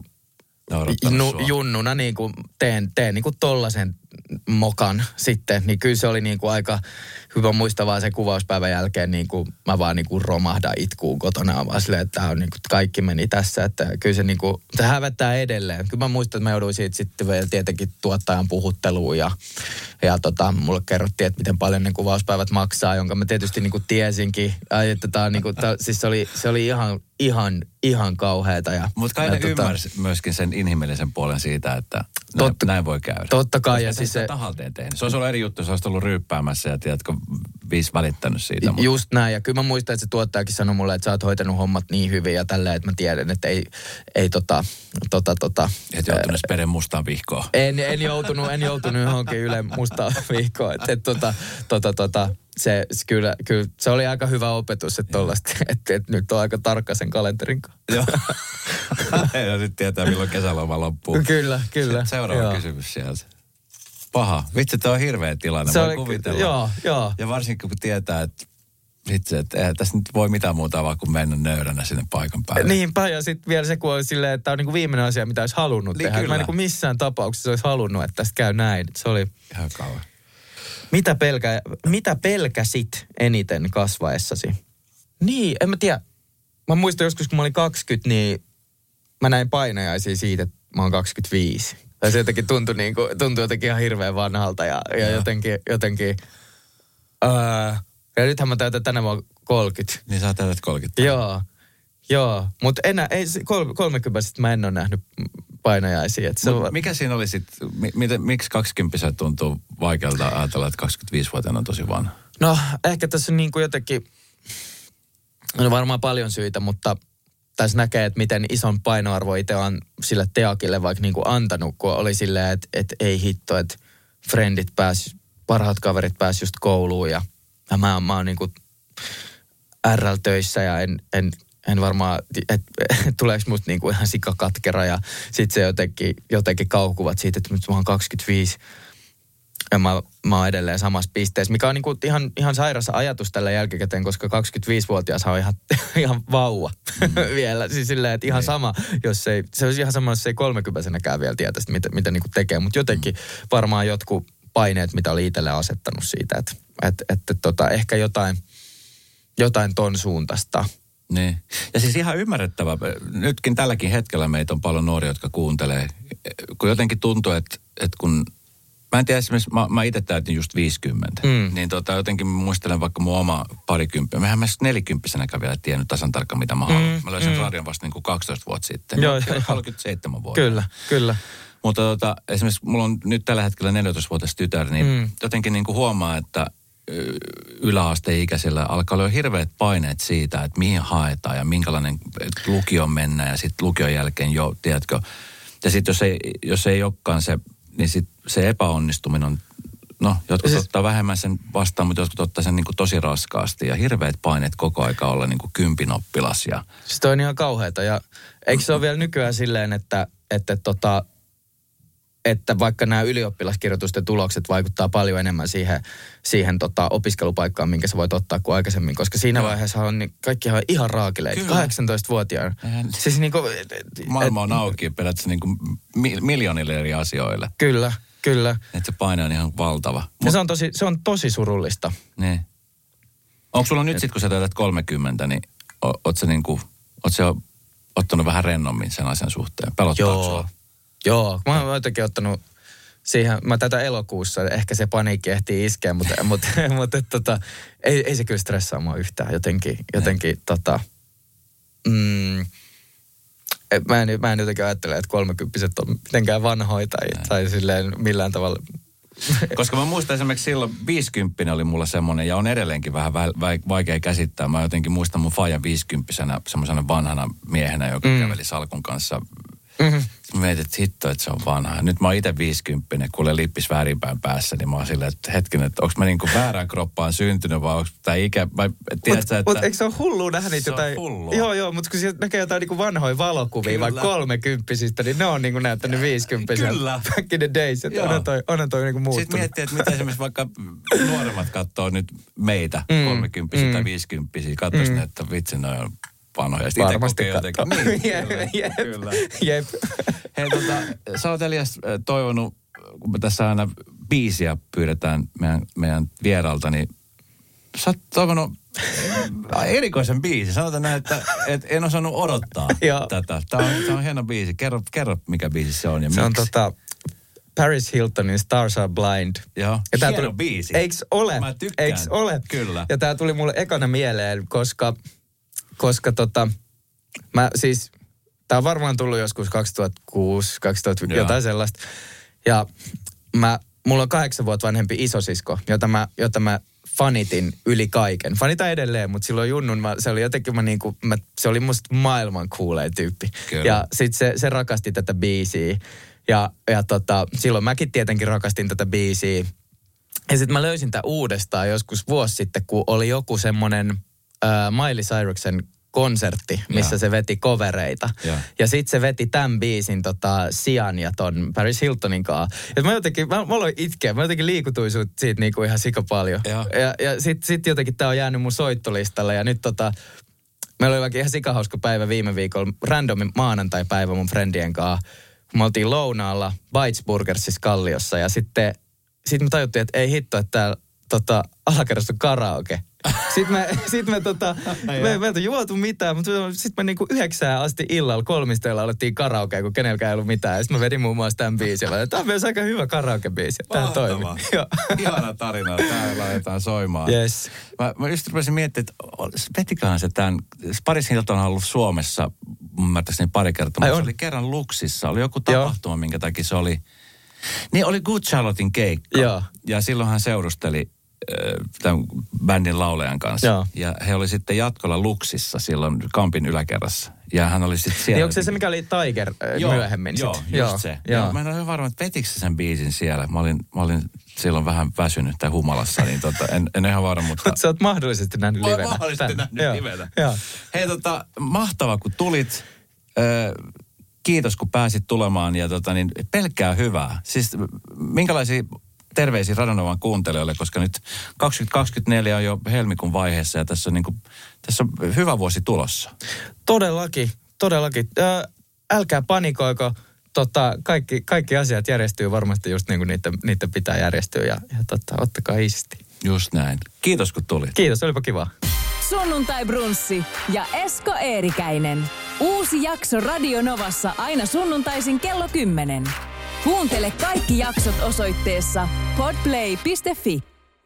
nu, junnuna niinku teen, teen niinku tollasen mokan sitten, niin kyllä se oli niinku aika hyvä muistaa vaan sen kuvauspäivän jälkeen, niinku mä vaan niinku romahdan itkuun kotona, vaan silleen, että tää on niinku, kaikki meni tässä, että kyllä se niinku, se hävettää edelleen. Kyllä mä muistan, että mä jouduin siitä sitten vielä tietenkin tuottajan puhutteluun ja, ja tota, mulle kerrottiin, että miten paljon ne kuvauspäivät maksaa, jonka mä tietysti niinku tiesinkin, että tää on niinku, tää, siis se oli, se oli ihan, ihan, ihan kauheata. Mutta kai ne tota, ymmärsi myöskin sen inhimillisen puolen siitä, että totta, näin voi käydä. Totta kai. Ja ja siis se tahalteen tehnyt. Se olisi ollut eri juttu, jos olisit ollut ryyppäämässä ja tiedätkö, viisi välittänyt siitä. Mutta... Just näin. Ja kyllä mä muistan, että se tuottajakin sanoi mulle, että sä oot hoitanut hommat niin hyvin ja tälleen, että mä tiedän, että ei, ei tota, tota, tota... Et joutunut speren mustaan vihkoon. En, en joutunut, en joutunut johonkin Yle mustaan vihkoon. Että et, tota, tota, tota, se, kyllä, kyllä, se oli aika hyvä opetus, että tollaista, että et nyt on aika tarkka sen kalenterin kanssa. Joo. Ja nyt tietää, milloin kesäloma loppuu. Kyllä, kyllä. Seuraava joo. Kysymys sieltä. Paha. Vitsi, tämä on hirveä tilanne. Se voi oli, kuvitella. Joo, joo. Ja varsinkin kun tietää, että vitsi, että eihän tässä nyt voi mitään muuta vaan kuin mennä nöyränä sinne paikan päälle. Niinpä, ja sitten vielä se, kun oli silleen, että tämä on niin kuin viimeinen asia, mitä olisi halunnut niin tehdä. Kyllä. Mä en niin kuin missään tapauksessa olisi halunnut, että tästä käy näin. Se oli... Ihan kauan. Mitä, pelkä, mitä pelkäsit eniten kasvaessasi? Niin, en mä tiedä. Mä muistan joskus, kun mä olin kaksikymmentä, niin mä näin painajaisia siitä, että mä oon kaksikymmentäviisi. Tai se jotenkin tuntui, niin kuin, tuntui jotenkin ihan hirveän vanhalta ja, ja jotenkin... jotenkin öö, ja nythän mä täytän tänä vuonna kolmekymmentä. Niin sä täytät kolmekymmentä. Joo, joo. Mutta enää, ei, kolmekymmentä mä en ole nähnyt painajaisia. Mut mikä siinä oli sitten, mi, miksi kaksikymmentä tuntuu vaikealta ajatella, että kaksikymmentäviisivuotiaana on tosi vanha? No, ehkä tässä on niin kuin jotenkin, On varmaan paljon syitä, mutta tässä näkee, että miten ison painoarvo itse on sille Teakille vaikka niin kuin antanut, kun oli silleen, että, että ei hitto, että frendit pääs, parhaat kaverit pääs just kouluun ja, ja mä, mä oon niin kuin R L-töissä ja en, en, en varmaan, että et, tuleeko musta niin kuin ihan sikakatkera ja sit se jotenkin, jotenkin kaukuvat siitä, että mä oon kaksikymmentäviisi ja mä, mä oon edelleen samassa pisteessä, mikä on niin kuin ihan, ihan sairas ajatus tällä jälkikäteen, koska kaksikymmentäviisivuotias on ihan, ihan vauva mm. vielä. Siis silleen, että ihan ei. sama, jos ei, se olisi ihan sama, jos ei kolmekymppisenäkään vielä tietäisi, mitä, mitä niin kuin tekee. Mutta jotenkin mm. varmaan jotkut paineet, mitä oli itselle asettanut siitä, että, että, että tota, ehkä jotain, jotain ton suuntaista. Niin. Ja siis ihan ymmärrettävä. Nytkin tälläkin hetkellä meitä on paljon nuoria, jotka kuuntelee. Kun jotenkin tuntuu, että, että kun mä en tiedä, esimerkiksi mä, mä itse täytin just viisikymmentä. Mm. Niin tota, jotenkin muistelen vaikka mun oma parikymppiä. Mehän mä nelikymppisenäkään vielä tiennyt tasan tarkkaan, mitä mä haluan. Mm. Mä löysin mm. radion vasta niin kuin kaksitoista vuotta sitten. Joo, joo. kolmekymmentäseitsemän vuotta. Kyllä, kyllä. Mutta tota, esimerkiksi mulla on nyt tällä hetkellä neljätoistavuotias tytär, niin mm. jotenkin niin kuin huomaa, että yläasteikäisillä alkaa olla hirveät paineet siitä, että mihin haetaan ja minkälainen lukio mennään. Ja sitten lukion jälkeen jo, tiedätkö. Ja sitten jos ei, jos ei olekaan se, niin sit se epäonnistuminen on, no, jotkut siis ottaa vähemmän sen vastaan, mutta jotkut ottaa sen niin kuin tosi raskaasti. Ja hirveät paineet koko aika olla niin kuin kympin oppilas. Ja siis toi on ihan kauheata. Ja eikö se ole vielä nykyään silleen, että, että, tota, että vaikka nämä ylioppilaskirjoitusten tulokset vaikuttaa paljon enemmän siihen, siihen tota, opiskelupaikkaan, minkä sä voit ottaa kuin aikaisemmin. Koska siinä no. vaiheessa on niin kaikkihan ihan raakileita. kahdeksantoistavuotiaana. Siis niin kuin, maailma on auki periaatteessa niin kuin miljoonille eri asioille. Kyllä, kyllä. Että se paine on ihan valtava. Ja Mut, se, on tosi, se on tosi surullista. Niin. Onko sulla nyt sitten, kun sä täytät kolmekymmentä, niin oot sä niin kuin, oot sä ottanut vähän rennommin sen asian suhteen? Pelottaako sua? Joo, mä oon jotenkin ottanut siihen, mä tätä elokuussa, ehkä se paniikki ehtii iskeä, mutta, mutta, mutta tota, ei, ei se kyllä stressaa mua yhtään jotenkin, jotenkin tota, mm, mä, en, mä en jotenkin ajattele, että kolmekymppiset on mitenkään vanhoja tai, tai silleen millään tavalla. Koska mä muistan esimerkiksi silloin viisikymppinen oli mulla semmoinen, ja on edelleenkin vähän vaikea käsittää. Mä jotenkin muistan mun fajan viisikymppisenä semmoisena vanhana miehenä, joka mm. käveli salkun kanssa. Mm-hmm. Mä mietin, että hitto, että se on vanha. Nyt mä oon itse viisikymppinen, kuulee lippis väärinpäin päässä, niin mä oon silleen, että hetkinen, että onko mä niinku väärään kroppaan syntynyt vai onko tämä ikä... Mutta mut, eikö se ole hullua nähdä niitä jotain... Se on hullua. Joo, joo, mutta kun sieltä näkee jotain niinku vanhoja valokuvia, vaikka kolmekymppisistä, niin ne on niinku näyttänyt viisikymppisenä. Kyllä. Back in the days, että onhan toi, onhan toi niinku muuttunut. Sitten miettii, että mitä esimerkiksi vaikka nuoremmat katsoo nyt meitä, mm. kolmekymppisiä mm. tai viisikymppisiä, katsoisi mm. ne, että vitsi, noi on vanhoja. Varmasti katsoo. Niin, kyllä, kyllä. Jep. Hei, tota, sä oot Elias toivonut, kun me tässä aina biisiä pyydetään meidän, meidän vieralta, niin sä oot toivonut erikoisen biisi. Sanotaan näin, että, että en osannut odottaa tätä. Tämä on, tämä on hieno biisi. Kerro, kerro, mikä biisi se on ja se miksi. on tota Paris Hiltonin Stars Are Blind. Joo, ja hieno tuli, biisi. Eiks ole? Mä tykkään. Eiks ole? Kyllä. Ja tää tuli mulle ekana mieleen, koska, koska tota, mä siis... Tämä on varmaan tullut joskus kaksituhattakuusi, kaksituhatta, jotain sellaista. Ja mä, mulla on kahdeksan vuotta vanhempi isosisko, jota mä, jota mä fanitin yli kaiken. Fanitan edelleen, mutta silloin junnun, mä, se oli jotenkin mä niinku, mä, se oli musta maailman kuulee tyyppi. Kyllä. Ja sit se, se rakasti tätä biisiä. Ja, ja tota, silloin mäkin tietenkin rakastin tätä biisiä. Ja sit mä löysin tää uudestaan joskus vuosi sitten, kun oli joku semmonen äh, Miley Cyrusen konsertti, missä ja. se veti covereita. Ja, ja sit se veti tämän biisin tota, Sian ja ton Paris Hiltonin kanssa. Ja mä jotenkin, mä, mä aloin itkeä, mä jotenkin liikutuin siitä niinku ihan sika paljon. Ja, ja, ja sit, sit jotenkin tää on jäänyt mun soittolistalle ja nyt tota, meillä oli vaikka ihan sikahauska päivä viime viikolla, randomin maanantai-päivä mun friendien kanssa. Me oltiin lounaalla Bites Burgersissa Kalliossa ja sitten sit me tajuttiin, että ei hitto, että täällä tota, alakerrassa on karaoke. Sitten me, sit me tota, me, me ei juotu mitään, mutta sitten me niinku yhdeksään asti illalla kolmisteella alettiin karaokea, kun kenelläkään ei ollut mitään. Ja sitten mä vedin muun muassa tämän biisin. Tämä on myös aika hyvä karaoke-biisi. Tämä toimii. Ihana tarina. Täällä laitetaan soimaan. Yes. Mä, mä just rupesin miettimään, että vetiköhän se tämän... Paris Hilton on ollut Suomessa, mä ymmärtäisin pari kertaa, mutta se oli kerran Luksissa. Oli joku tapahtuma, Joo. minkä takia se oli... Niin oli Good Charlottein keikka. Joo. Ja silloin hän seurusteli tämän bändin laulajan kanssa. Joo. Ja he oli sitten jatkolla Luksissa silloin Kampin yläkerrassa. Ja hän oli sitten siellä. Niin onko se se, mikä oli Tiger äh, joo, myöhemmin? Joo, sit? just joo, se. Joo. Ja mä en ole varma, että vetikö se sen biisin siellä. Mä olin, mä olin silloin vähän väsynyt tai humalassa, niin tota, en, en ihan varma, mutta... Mutta sä oot mahdollisesti nähnyt livenä. Mahdollisesti nähnyt joo. livenä. Joo. Hei tota, mahtavaa kun tulit. Ö, kiitos kun pääsit tulemaan ja tota niin, pelkkää hyvää. Siis minkälaisia terveisiä Radionovan kuuntelijoille, koska nyt kaksituhattakaksikymmentäneljä on jo helmikuun vaiheessa ja tässä on, niin kuin, tässä on hyvä vuosi tulossa. Todellakin, todellakin. Ö, älkää panikoiko. Tota, kaikki, kaikki asiat järjestyy varmasti just niin kuin niiden, niiden pitää järjestyä ja, ja tota, ottakaa iisti. Just näin. Kiitos kun tulit. Kiitos, olipa kiva. Sunnuntai Brunssi ja Esko Eerikäinen. Uusi jakso Radio Novassa aina sunnuntaisin kello kymmenen. Kuuntele kaikki jaksot osoitteessa podplay piste fi.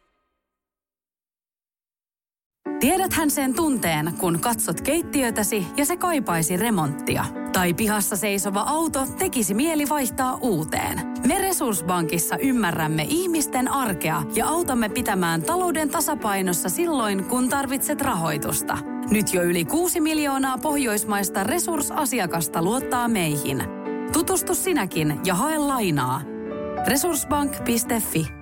Tiedäthän sen tunteen, kun katsot keittiötäsi ja se kaipaisi remonttia. Tai pihassa seisova auto tekisi mieli vaihtaa uuteen. Me Resurssbankissa ymmärrämme ihmisten arkea ja autamme pitämään talouden tasapainossa silloin, kun tarvitset rahoitusta. Nyt jo yli kuusi miljoonaa pohjoismaista resursasiakasta luottaa meihin. Tutustu sinäkin ja hae lainaa. resurssbank piste fi.